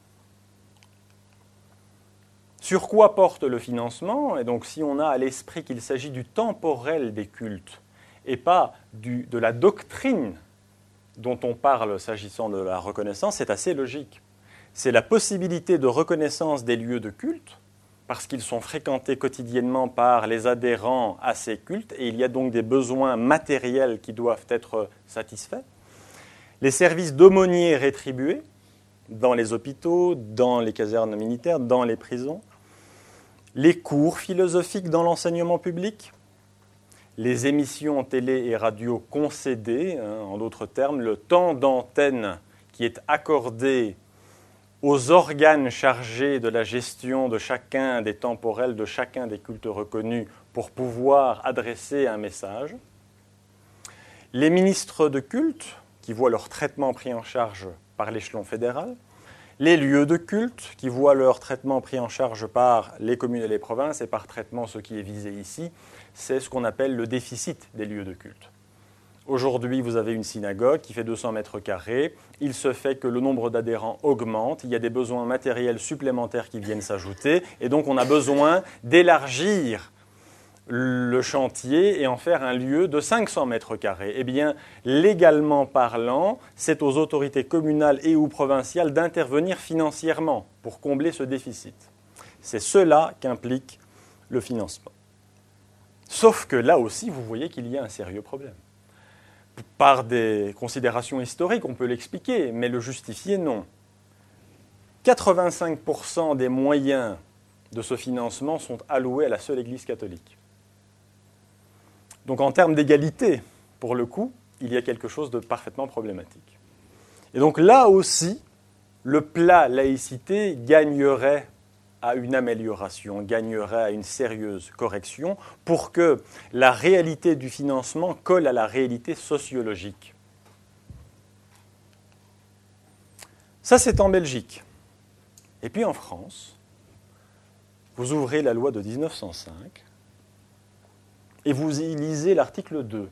Sur quoi porte le financement? Et donc si on a à l'esprit qu'il s'agit du temporel des cultes et pas de la doctrine dont on parle s'agissant de la reconnaissance, c'est assez logique. C'est la possibilité de reconnaissance des lieux de culte parce qu'ils sont fréquentés quotidiennement par les adhérents à ces cultes, et il y a donc des besoins matériels qui doivent être satisfaits. Les services d'aumôniers rétribués dans les hôpitaux, dans les casernes militaires, dans les prisons, les cours philosophiques dans l'enseignement public, les émissions télé et radio concédées, en d'autres termes, le temps d'antenne qui est accordé aux organes chargés de la gestion de chacun des temporels, de chacun des cultes reconnus pour pouvoir adresser un message. Les ministres de culte qui voient leur traitement pris en charge par l'échelon fédéral. Les lieux de culte qui voient leur traitement pris en charge par les communes et les provinces, et par traitement, ce qui est visé ici, c'est ce qu'on appelle le déficit des lieux de culte. Aujourd'hui, vous avez une synagogue qui fait 200 mètres carrés. Il se fait que le nombre d'adhérents augmente. Il y a des besoins matériels supplémentaires qui viennent s'ajouter. Et donc, on a besoin d'élargir le chantier et en faire un lieu de 500 mètres carrés. Eh bien, légalement parlant, c'est aux autorités communales et ou provinciales d'intervenir financièrement pour combler ce déficit. C'est cela qu'implique le financement. Sauf que là aussi, vous voyez qu'il y a un sérieux problème. Par des considérations historiques, on peut l'expliquer, mais le justifier, non. 85% des moyens de ce financement sont alloués à la seule Église catholique. Donc en termes d'égalité, pour le coup, il y a quelque chose de parfaitement problématique. Et donc là aussi, le plat laïcité gagnerait à une amélioration, gagnerait à une sérieuse correction pour que la réalité du financement colle à la réalité sociologique. Ça, c'est en Belgique. Et puis en France, vous ouvrez la loi de 1905 et vous y lisez l'article 2.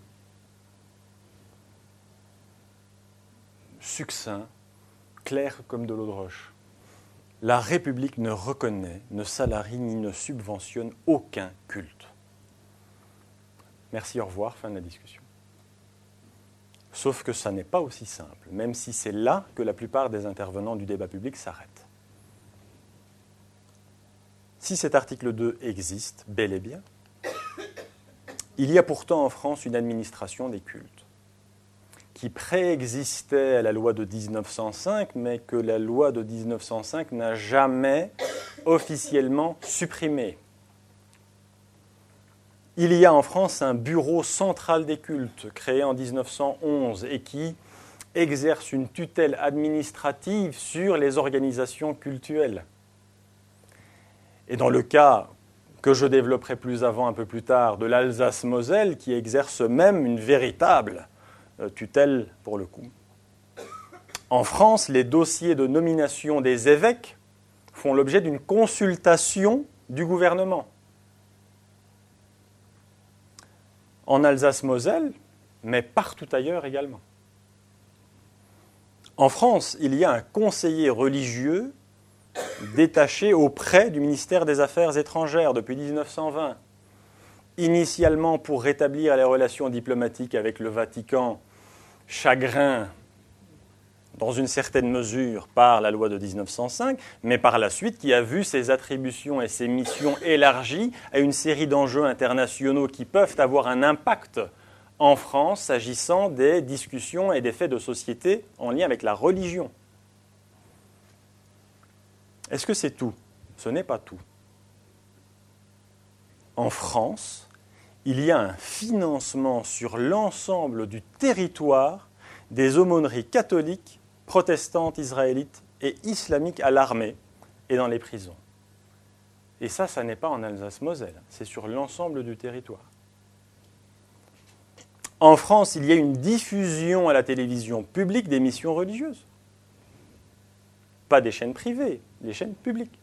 Succinct, clair comme de l'eau de roche. La République ne reconnaît, ne salarie ni ne subventionne aucun culte. Merci, au revoir, fin de la discussion. Sauf que ça n'est pas aussi simple, même si c'est là que la plupart des intervenants du débat public s'arrêtent. Si cet article 2 existe, bel et bien, il y a pourtant en France une administration des cultes qui préexistait à la loi de 1905, mais que la loi de 1905 n'a jamais officiellement supprimé. Il y a en France un bureau central des cultes, créé en 1911, et qui exerce une tutelle administrative sur les organisations cultuelles. Et dans le cas que je développerai plus avant, un peu plus tard, de l'Alsace-Moselle, qui exerce même une véritable tutelle pour le coup. En France, les dossiers de nomination des évêques font l'objet d'une consultation du gouvernement. en Alsace-Moselle, mais partout ailleurs également. En France, il y a un conseiller religieux détaché auprès du ministère des Affaires étrangères depuis 1920, initialement pour rétablir les relations diplomatiques avec le Vatican, chagrin dans une certaine mesure par la loi de 1905, mais par la suite qui a vu ses attributions et ses missions élargies à une série d'enjeux internationaux qui peuvent avoir un impact en France s'agissant des discussions et des faits de société en lien avec la religion. Est-ce que c'est tout ? Ce n'est pas tout. En France, il y a un financement sur l'ensemble du territoire des aumôneries catholiques, protestantes, israélites et islamiques à l'armée et dans les prisons. Et ça n'est pas en Alsace-Moselle, c'est sur l'ensemble du territoire. En France, il y a une diffusion à la télévision publique d'émissions religieuses. Pas des chaînes privées, des chaînes publiques.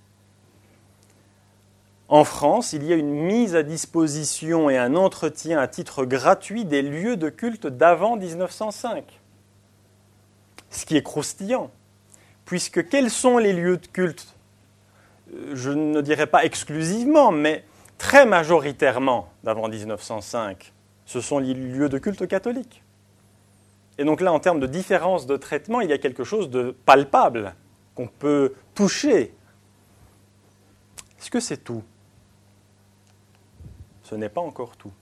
En France, il y a une mise à disposition et un entretien à titre gratuit des lieux de culte d'avant 1905. Ce qui est croustillant, puisque quels sont les lieux de culte ? Je ne dirais pas exclusivement, mais très majoritairement d'avant 1905. Ce sont les lieux de culte catholiques. Et donc là, en termes de différence de traitement, il y a quelque chose de palpable qu'on peut toucher. Est-ce que c'est tout ? Ce n'est pas encore tout.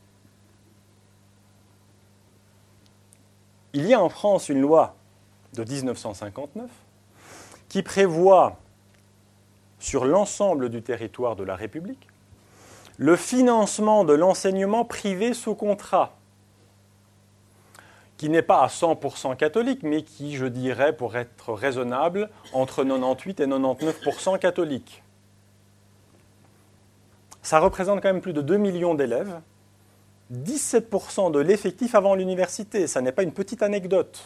Il y a en France une loi de 1959 qui prévoit, sur l'ensemble du territoire de la République, le financement de l'enseignement privé sous contrat, qui n'est pas à 100% catholique, mais qui, je dirais, pour être raisonnable, entre 98 et 99% catholique. Ça représente quand même plus de 2 millions d'élèves, 17% de l'effectif avant l'université. Ça n'est pas une petite anecdote.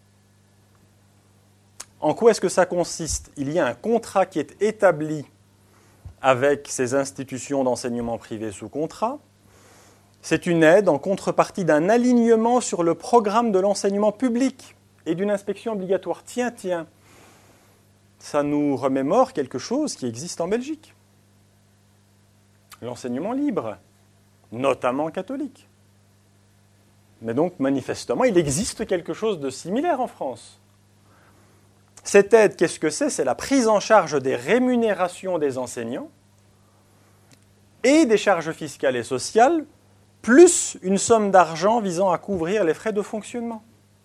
En quoi est-ce que ça consiste ? Il y a un contrat qui est établi avec ces institutions d'enseignement privé sous contrat. C'est une aide en contrepartie d'un alignement sur le programme de l'enseignement public et d'une inspection obligatoire. Tiens, ça nous remémore quelque chose qui existe en Belgique. L'enseignement libre, notamment catholique. Mais donc, manifestement, il existe quelque chose de similaire en France. Cette aide, qu'est-ce que c'est ? C'est la prise en charge des rémunérations des enseignants et des charges fiscales et sociales, plus une somme d'argent visant à couvrir les frais de fonctionnement.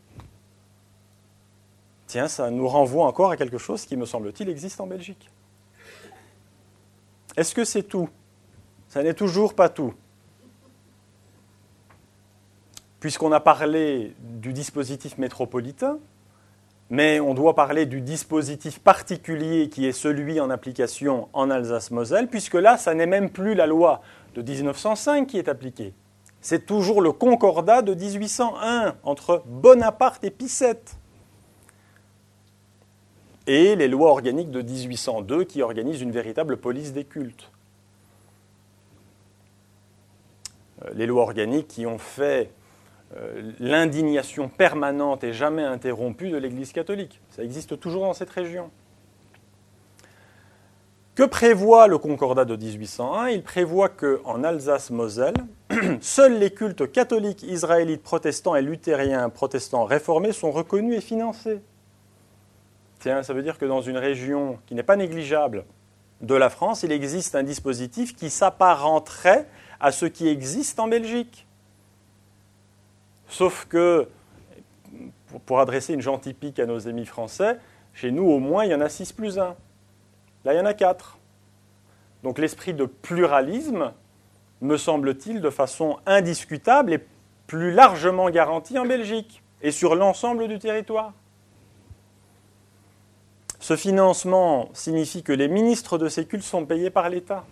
Tiens, ça nous renvoie encore à quelque chose qui, me semble-t-il, existe en Belgique. Est-ce que c'est tout ? Ça n'est toujours pas tout. Puisqu'on a parlé du dispositif métropolitain, mais on doit parler du dispositif particulier qui est celui en application en Alsace-Moselle, puisque là, ça n'est même plus la loi de 1905 qui est appliquée. C'est toujours le concordat de 1801 entre Bonaparte et Picette. Et les lois organiques de 1802 qui organisent une véritable police des cultes. Les lois organiques qui ont fait l'indignation permanente et jamais interrompue de l'Église catholique. Ça existe toujours dans cette région. Que prévoit le Concordat de 1801 ? Il prévoit qu'en Alsace-Moselle, seuls les cultes catholiques, israélites, protestants et luthériens, protestants réformés sont reconnus et financés. Tiens, ça veut dire que dans une région qui n'est pas négligeable de la France, il existe un dispositif qui s'apparenterait à ce qui existe en Belgique. Sauf que, pour adresser une gentille pique à nos amis français, chez nous, au moins, il y en a 6 plus 1. Là, il y en a 4. Donc l'esprit de pluralisme, me semble-t-il, de façon indiscutable, est plus largement garanti en Belgique et sur l'ensemble du territoire. Ce financement signifie que les ministres de ces cultes sont payés par l'État.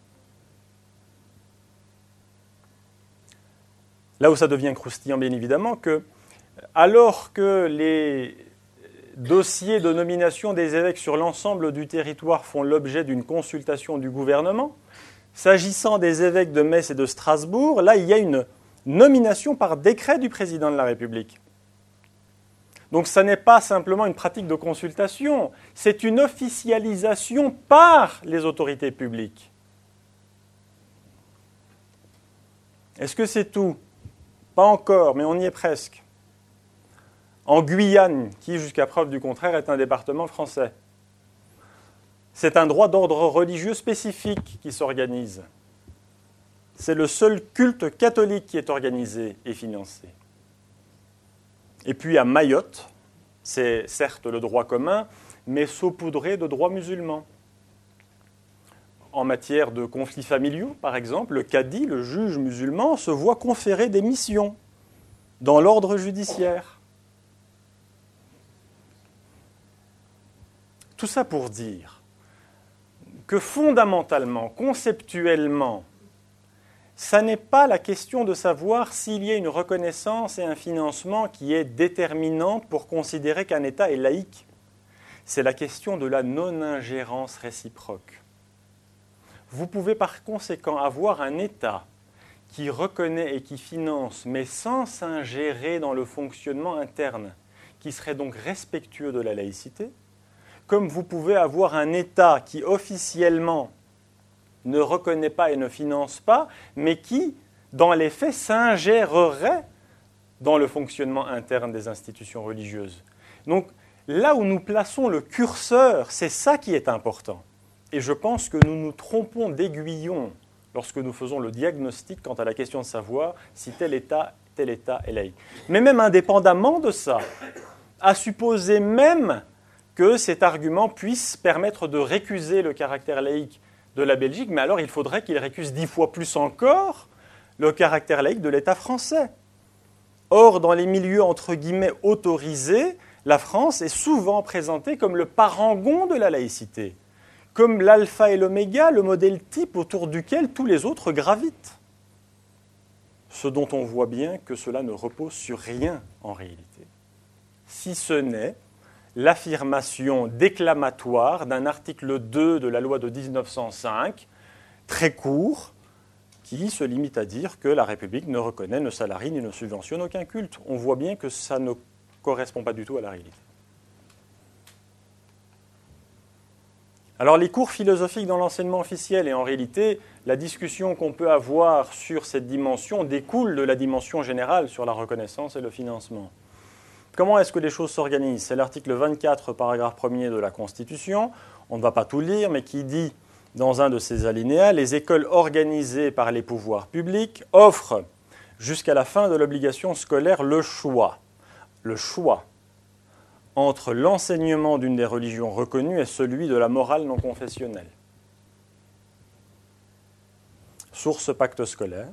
Là où ça devient croustillant, bien évidemment, que alors que les dossiers de nomination des évêques sur l'ensemble du territoire font l'objet d'une consultation du gouvernement, s'agissant des évêques de Metz et de Strasbourg, là, il y a une nomination par décret du président de la République. Donc ce n'est pas simplement une pratique de consultation, c'est une officialisation par les autorités publiques. Est-ce que c'est tout? Pas encore, mais on y est presque. En Guyane, qui jusqu'à preuve du contraire est un département français, c'est un droit d'ordre religieux spécifique qui s'organise. C'est le seul culte catholique qui est organisé et financé. Et puis à Mayotte, c'est certes le droit commun, mais saupoudré de droits musulmans. En matière de conflits familiaux, par exemple, le cadi, le juge musulman, se voit conférer des missions dans l'ordre judiciaire. Tout ça pour dire que fondamentalement, conceptuellement, ça n'est pas la question de savoir s'il y a une reconnaissance et un financement qui est déterminante pour considérer qu'un État est laïque. C'est la question de la non-ingérence réciproque. Vous pouvez par conséquent avoir un État qui reconnaît et qui finance, mais sans s'ingérer dans le fonctionnement interne, qui serait donc respectueux de la laïcité, comme vous pouvez avoir un État qui officiellement ne reconnaît pas et ne finance pas, mais qui, dans les faits, s'ingérerait dans le fonctionnement interne des institutions religieuses. Donc, là où nous plaçons le curseur, c'est ça qui est important. Et je pense que nous nous trompons d'aiguillon lorsque nous faisons le diagnostic quant à la question de savoir si tel État est laïque. Mais même indépendamment de ça, à supposer même que cet argument puisse permettre de récuser le caractère laïque de la Belgique, mais alors il faudrait qu'il récuse 10 fois plus encore le caractère laïque de l'État français. Or, dans les milieux entre guillemets autorisés, la France est souvent présentée comme le parangon de la laïcité, comme l'alpha et l'oméga, le modèle type autour duquel tous les autres gravitent. Ce dont on voit bien que cela ne repose sur rien en réalité, si ce n'est l'affirmation déclamatoire d'un article 2 de la loi de 1905, très court, qui se limite à dire que la République ne reconnaît, ne salarie ni ne subventionne aucun culte. On voit bien que ça ne correspond pas du tout à la réalité. Alors les cours philosophiques dans l'enseignement officiel, et en réalité, la discussion qu'on peut avoir sur cette dimension découle de la dimension générale sur la reconnaissance et le financement. Comment est-ce que les choses s'organisent? C'est l'article 24, paragraphe 1er de la Constitution. On ne va pas tout lire, mais qui dit, dans un de ses alinéas, « Les écoles organisées par les pouvoirs publics offrent, jusqu'à la fin de l'obligation scolaire, le choix entre l'enseignement d'une des religions reconnues et celui de la morale non confessionnelle. » Source pacte scolaire.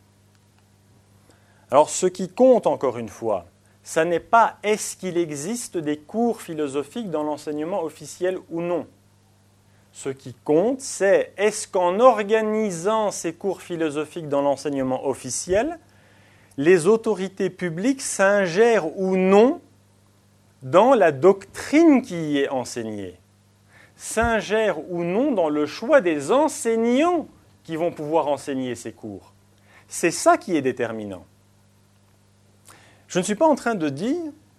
Alors, ce qui compte, encore une fois, ça n'est pas est-ce qu'il existe des cours philosophiques dans l'enseignement officiel ou non. Ce qui compte, c'est est-ce qu'en organisant ces cours philosophiques dans l'enseignement officiel, les autorités publiques s'ingèrent ou non dans la doctrine qui y est enseignée, s'ingèrent ou non dans le choix des enseignants qui vont pouvoir enseigner ces cours. C'est ça qui est déterminant. Je ne suis pas en train de dire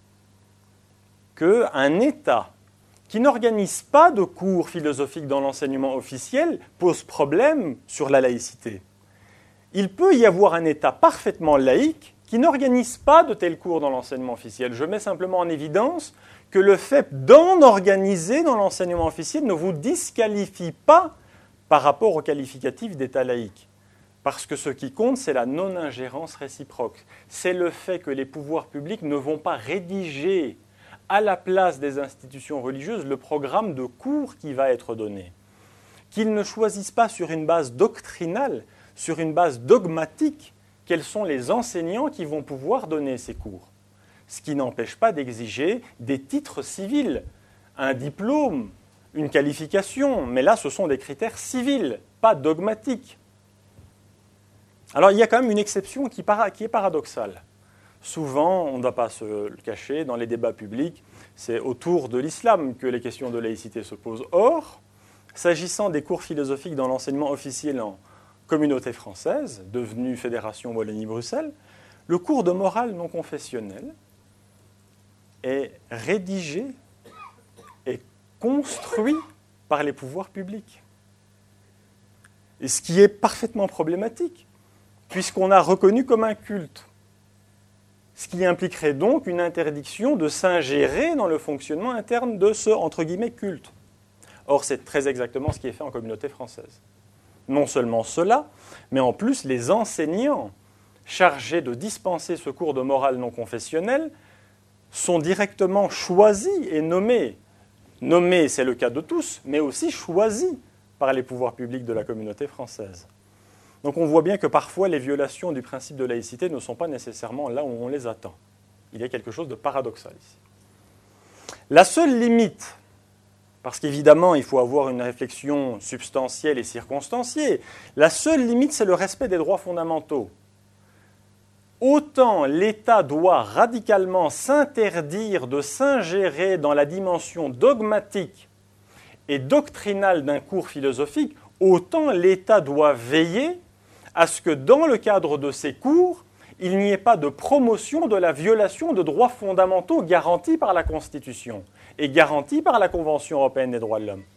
qu'un État qui n'organise pas de cours philosophiques dans l'enseignement officiel pose problème sur la laïcité. Il peut y avoir un État parfaitement laïque qui n'organise pas de tels cours dans l'enseignement officiel. Je mets simplement en évidence que le fait d'en organiser dans l'enseignement officiel ne vous disqualifie pas par rapport au qualificatif d'État laïque. Parce que ce qui compte, c'est la non-ingérence réciproque. C'est le fait que les pouvoirs publics ne vont pas rédiger à la place des institutions religieuses le programme de cours qui va être donné. Qu'ils ne choisissent pas sur une base doctrinale, sur une base dogmatique, quels sont les enseignants qui vont pouvoir donner ces cours. Ce qui n'empêche pas d'exiger des titres civils, un diplôme, une qualification, mais là ce sont des critères civils, pas dogmatiques. Alors il y a quand même une exception qui est paradoxale. Souvent, on ne va pas se le cacher, dans les débats publics, c'est autour de l'islam que les questions de laïcité se posent. Or, s'agissant des cours philosophiques dans l'enseignement officiel communauté française, devenue Fédération Wallonie-Bruxelles, le cours de morale non confessionnelle est rédigé et construit par les pouvoirs publics. Et ce qui est parfaitement problématique, puisqu'on a reconnu comme un culte. Ce qui impliquerait donc une interdiction de s'ingérer dans le fonctionnement interne de ce, entre guillemets, culte. Or, c'est très exactement ce qui est fait en communauté française. Non seulement cela, mais en plus, les enseignants chargés de dispenser ce cours de morale non confessionnelle sont directement choisis et nommés. Nommés, c'est le cas de tous, mais aussi choisis par les pouvoirs publics de la communauté française. Donc on voit bien que parfois les violations du principe de laïcité ne sont pas nécessairement là où on les attend. Il y a quelque chose de paradoxal ici. La seule limite, parce qu'évidemment il faut avoir une réflexion substantielle et circonstanciée, la seule limite c'est le respect des droits fondamentaux. Autant l'État doit radicalement s'interdire de s'ingérer dans la dimension dogmatique et doctrinale d'un cours philosophique, autant l'État doit veiller à ce que dans le cadre de ces cours, il n'y ait pas de promotion de la violation de droits fondamentaux garantis par la Constitution et garantis par la Convention européenne des droits de l'homme.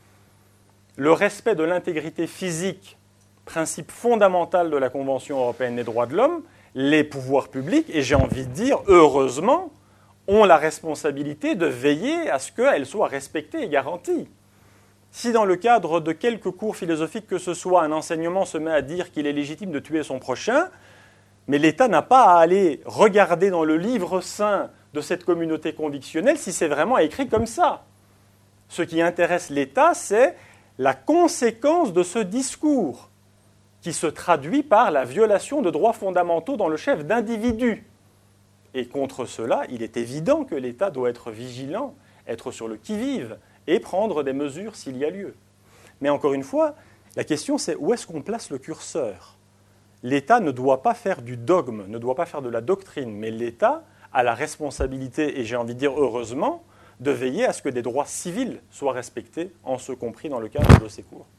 Le respect de l'intégrité physique, principe fondamental de la Convention européenne des droits de l'homme, les pouvoirs publics, et j'ai envie de dire, heureusement, ont la responsabilité de veiller à ce qu'elle soit respectée et garantie. Si dans le cadre de quelques cours philosophiques que ce soit, un enseignement se met à dire qu'il est légitime de tuer son prochain, mais l'État n'a pas à aller regarder dans le livre saint de cette communauté convictionnelle si c'est vraiment écrit comme ça. Ce qui intéresse l'État, c'est la conséquence de ce discours, qui se traduit par la violation de droits fondamentaux dans le chef d'individus. Et contre cela, il est évident que l'État doit être vigilant, être sur le qui-vive, et prendre des mesures s'il y a lieu. Mais encore une fois, la question c'est où est-ce qu'on place le curseur ? L'État ne doit pas faire du dogme, ne doit pas faire de la doctrine, mais l'État a la responsabilité, et j'ai envie de dire heureusement, de veiller à ce que des droits civils soient respectés, en ce compris dans le cadre de ces cours.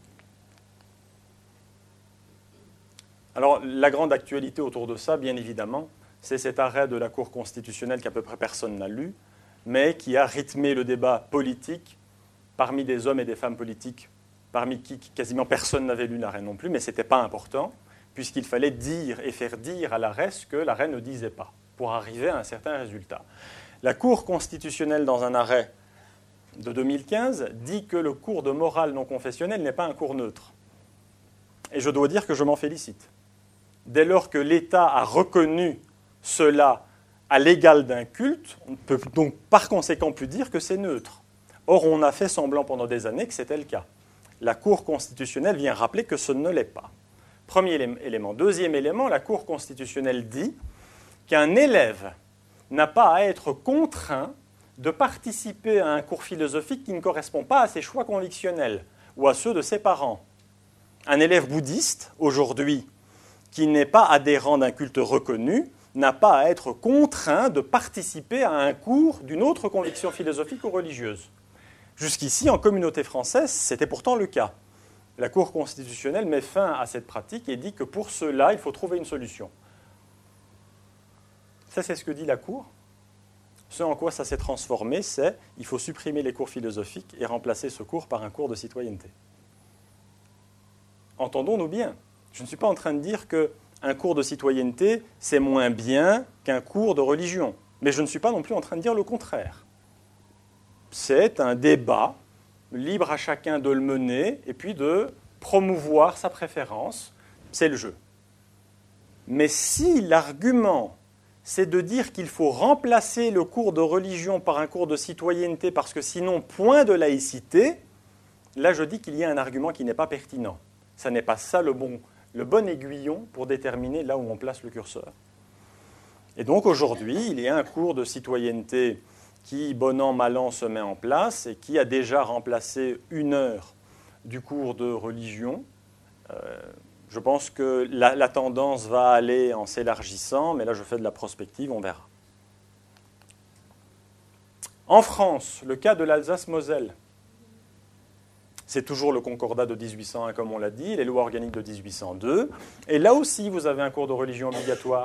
Alors, la grande actualité autour de ça, bien évidemment, c'est cet arrêt de la Cour constitutionnelle qu'à peu près personne n'a lu, mais qui a rythmé le débat politique parmi des hommes et des femmes politiques, parmi qui quasiment personne n'avait lu l'arrêt non plus, mais ce n'était pas important, puisqu'il fallait dire et faire dire à l'arrêt ce que l'arrêt ne disait pas, pour arriver à un certain résultat. La Cour constitutionnelle, dans un arrêt de 2015, dit que le cours de morale non confessionnelle n'est pas un cours neutre. Et je dois dire que je m'en félicite. Dès lors que l'État a reconnu cela à l'égal d'un culte, on ne peut donc par conséquent plus dire que c'est neutre. Or, on a fait semblant pendant des années que c'était le cas. La Cour constitutionnelle vient rappeler que ce ne l'est pas. Premier élément. Deuxième élément, la Cour constitutionnelle dit qu'un élève n'a pas à être contraint de participer à un cours philosophique qui ne correspond pas à ses choix convictionnels ou à ceux de ses parents. Un élève bouddhiste, aujourd'hui, qui n'est pas adhérent d'un culte reconnu, n'a pas à être contraint de participer à un cours d'une autre conviction philosophique ou religieuse. Jusqu'ici, en communauté française, c'était pourtant le cas. La Cour constitutionnelle met fin à cette pratique et dit que pour cela, il faut trouver une solution. Ça, c'est ce que dit la Cour. Ce en quoi ça s'est transformé, c'est qu'il faut supprimer les cours philosophiques et remplacer ce cours par un cours de citoyenneté. Entendons-nous bien. Je ne suis pas en train de dire qu'un cours de citoyenneté, c'est moins bien qu'un cours de religion. Mais je ne suis pas non plus en train de dire le contraire. C'est un débat libre à chacun de le mener et puis de promouvoir sa préférence. C'est le jeu. Mais si l'argument, c'est de dire qu'il faut remplacer le cours de religion par un cours de citoyenneté parce que sinon, point de laïcité, là je dis qu'il y a un argument qui n'est pas pertinent. Ça n'est pas ça le bon aiguillon pour déterminer là où on place le curseur. Et donc aujourd'hui, il y a un cours de citoyenneté qui, bon an, mal an, se met en place et qui a déjà remplacé 1 heure du cours de religion. Je pense que la tendance va aller en s'élargissant, mais là je fais de la prospective, on verra. En France, le cas de l'Alsace-Moselle, C'est toujours le Concordat de 1801, comme on l'a dit, les lois organiques de 1802. Et là aussi, vous avez un cours de religion obligatoire.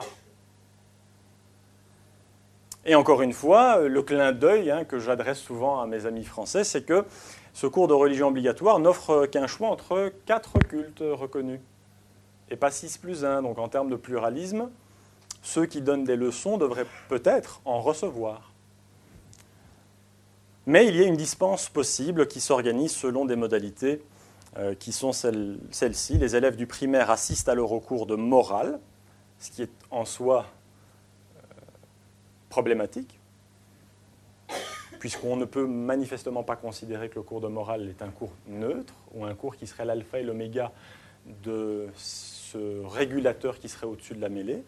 Et encore une fois, le clin d'œil que j'adresse souvent à mes amis français, c'est que ce cours de religion obligatoire n'offre qu'un choix entre 4 cultes reconnus, et pas 6+1. Donc en termes de pluralisme, ceux qui donnent des leçons devraient peut-être en recevoir. Mais il y a une dispense possible qui s'organise selon des modalités qui sont celles-ci. Les élèves du primaire assistent alors au cours de morale, ce qui est en soi problématique, puisqu'on ne peut manifestement pas considérer que le cours de morale est un cours neutre, ou un cours qui serait l'alpha et l'oméga de ce régulateur qui serait au-dessus de la mêlée.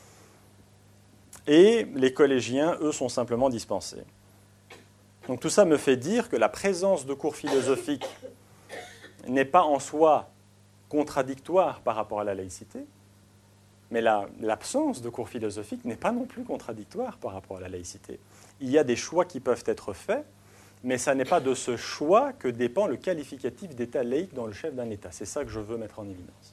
Et les collégiens, eux, sont simplement dispensés. Donc tout ça me fait dire que la présence de cours philosophiques n'est pas en soi contradictoire par rapport à la laïcité, mais l'absence de cours philosophiques n'est pas non plus contradictoire par rapport à la laïcité. Il y a des choix qui peuvent être faits, mais ça n'est pas de ce choix que dépend le qualificatif d'État laïque dans le chef d'un État. C'est ça que je veux mettre en évidence.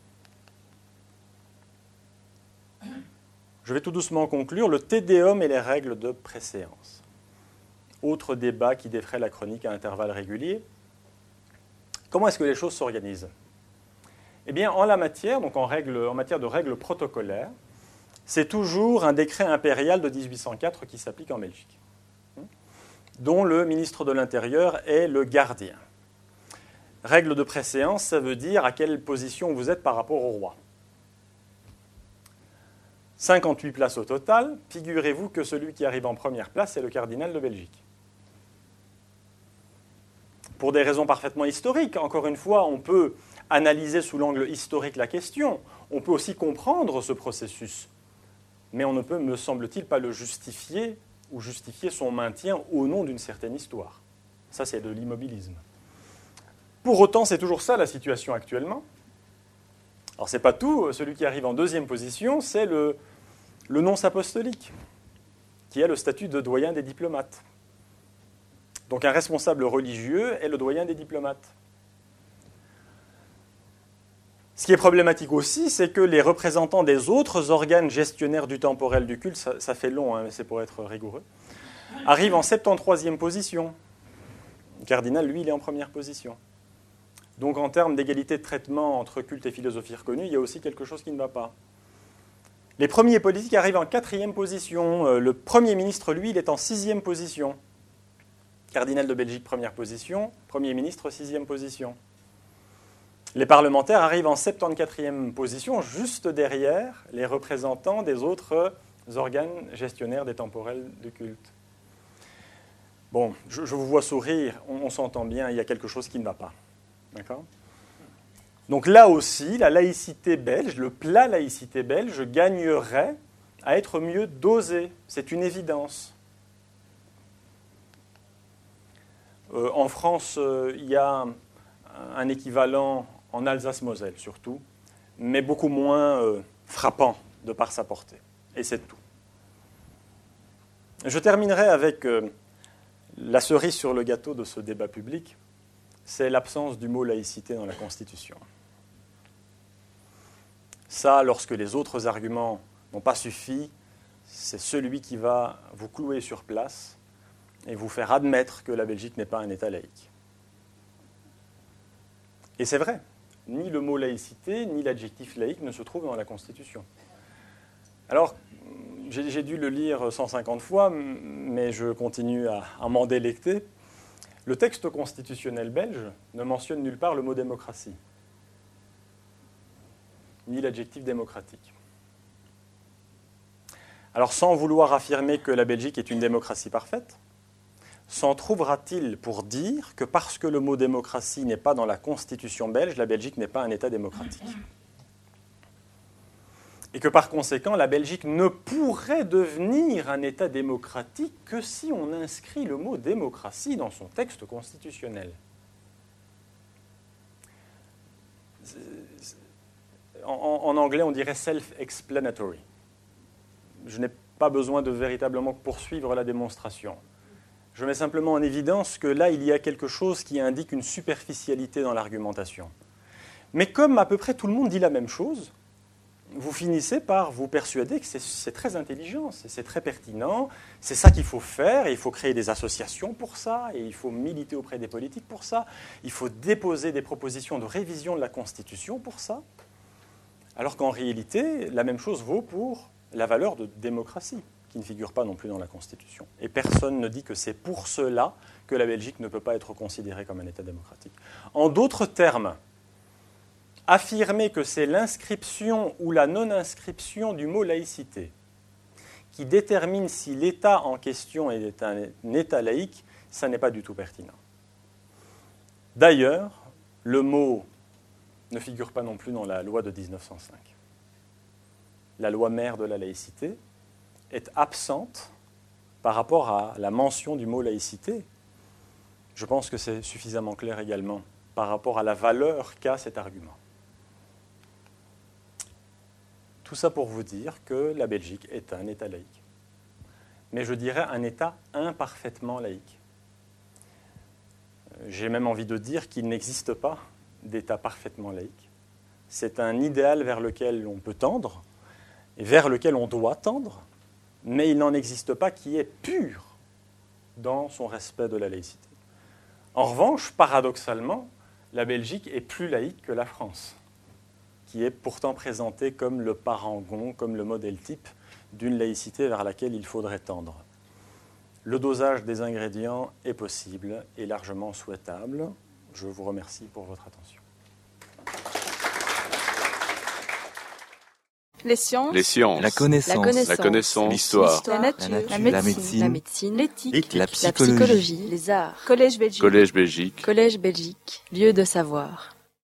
Je vais tout doucement conclure. Le Te Deum et les règles de préséance. Autre débat qui défraie la chronique à intervalles réguliers. Comment est-ce que les choses s'organisent ? Eh bien, en la matière, donc en matière de règles protocolaires, c'est toujours un décret impérial de 1804 qui s'applique en Belgique, dont le ministre de l'Intérieur est le gardien. Règle de préséance, ça veut dire à quelle position vous êtes par rapport au roi. 58 places au total, figurez-vous que celui qui arrive en première place, c'est le cardinal de Belgique. Pour des raisons parfaitement historiques, encore une fois, on peut analyser sous l'angle historique la question, on peut aussi comprendre ce processus, mais on ne peut, me semble-t-il, pas le justifier ou justifier son maintien au nom d'une certaine histoire. Ça, c'est de l'immobilisme. Pour autant, c'est toujours ça la situation actuellement. Alors, ce n'est pas tout. Celui qui arrive en deuxième position, c'est le nonce apostolique, qui a le statut de doyen des diplomates. Donc, un responsable religieux est le doyen des diplomates. Ce qui est problématique aussi, c'est que les représentants des autres organes gestionnaires du temporel du culte, ça fait long, mais c'est pour être rigoureux, arrivent en 73e position. Le cardinal, lui, il est en première position. Donc en termes d'égalité de traitement entre culte et philosophie reconnue, il y a aussi quelque chose qui ne va pas. Les premiers politiques arrivent en 4e position. Le Premier ministre, lui, il est en 6e position. Cardinal de Belgique, première position. Premier ministre, 6e position. Les parlementaires arrivent en 74e position, juste derrière les représentants des autres organes gestionnaires des temporels du culte. Bon, je vous vois sourire, on s'entend bien, il y a quelque chose qui ne va pas. D'accord ? Donc là aussi, la laïcité belge, le plat laïcité belge, gagnerait à être mieux dosé. C'est une évidence. En France, il y a un équivalent en Alsace-Moselle surtout, mais beaucoup moins frappant de par sa portée. Et c'est tout. Je terminerai avec la cerise sur le gâteau de ce débat public, c'est l'absence du mot laïcité dans la Constitution. Ça, lorsque les autres arguments n'ont pas suffi, c'est celui qui va vous clouer sur place et vous faire admettre que la Belgique n'est pas un État laïque. Et c'est vrai, ni le mot laïcité, ni l'adjectif laïque ne se trouvent dans la Constitution. Alors, j'ai dû le lire 150 fois, mais je continue à m'en délecter. Le texte constitutionnel belge ne mentionne nulle part le mot démocratie, ni l'adjectif démocratique. Alors, sans vouloir affirmer que la Belgique est une démocratie parfaite, s'en trouvera-t-il pour dire que parce que le mot démocratie n'est pas dans la Constitution belge, la Belgique n'est pas un État démocratique ? Et que par conséquent, la Belgique ne pourrait devenir un État démocratique que si on inscrit le mot démocratie dans son texte constitutionnel. En anglais, on dirait self-explanatory. Je n'ai pas besoin de véritablement poursuivre la démonstration. Je mets simplement en évidence que là, il y a quelque chose qui indique une superficialité dans l'argumentation. Mais comme à peu près tout le monde dit la même chose, vous finissez par vous persuader que c'est très intelligent, c'est très pertinent, c'est ça qu'il faut faire, et il faut créer des associations pour ça, et il faut militer auprès des politiques pour ça, il faut déposer des propositions de révision de la Constitution pour ça, alors qu'en réalité, la même chose vaut pour la valeur de démocratie, qui ne figure pas non plus dans la Constitution. Et personne ne dit que c'est pour cela que la Belgique ne peut pas être considérée comme un État démocratique. En d'autres termes, affirmer que c'est l'inscription ou la non-inscription du mot laïcité qui détermine si l'État en question est un État laïque, ça n'est pas du tout pertinent. D'ailleurs, le mot ne figure pas non plus dans la loi de 1905. La loi mère de la laïcité est absente par rapport à la mention du mot laïcité. Je pense que c'est suffisamment clair également par rapport à la valeur qu'a cet argument. Tout ça pour vous dire que la Belgique est un État laïque. Mais je dirais un État imparfaitement laïque. J'ai même envie de dire qu'il n'existe pas d'État parfaitement laïque. C'est un idéal vers lequel on peut tendre et vers lequel on doit tendre, mais il n'en existe pas qui est pur dans son respect de la laïcité. En revanche, paradoxalement, la Belgique est plus laïque que la France, qui est pourtant présentée comme le parangon, comme le modèle type d'une laïcité vers laquelle il faudrait tendre. Le dosage des ingrédients est possible et largement souhaitable. Je vous remercie pour votre attention. Les sciences, La connaissance, l'histoire, la nature, la médecine, l'éthique, la psychologie, les arts. Collège Belgique. Collège Belgique. Collège Belgique, lieu de savoir.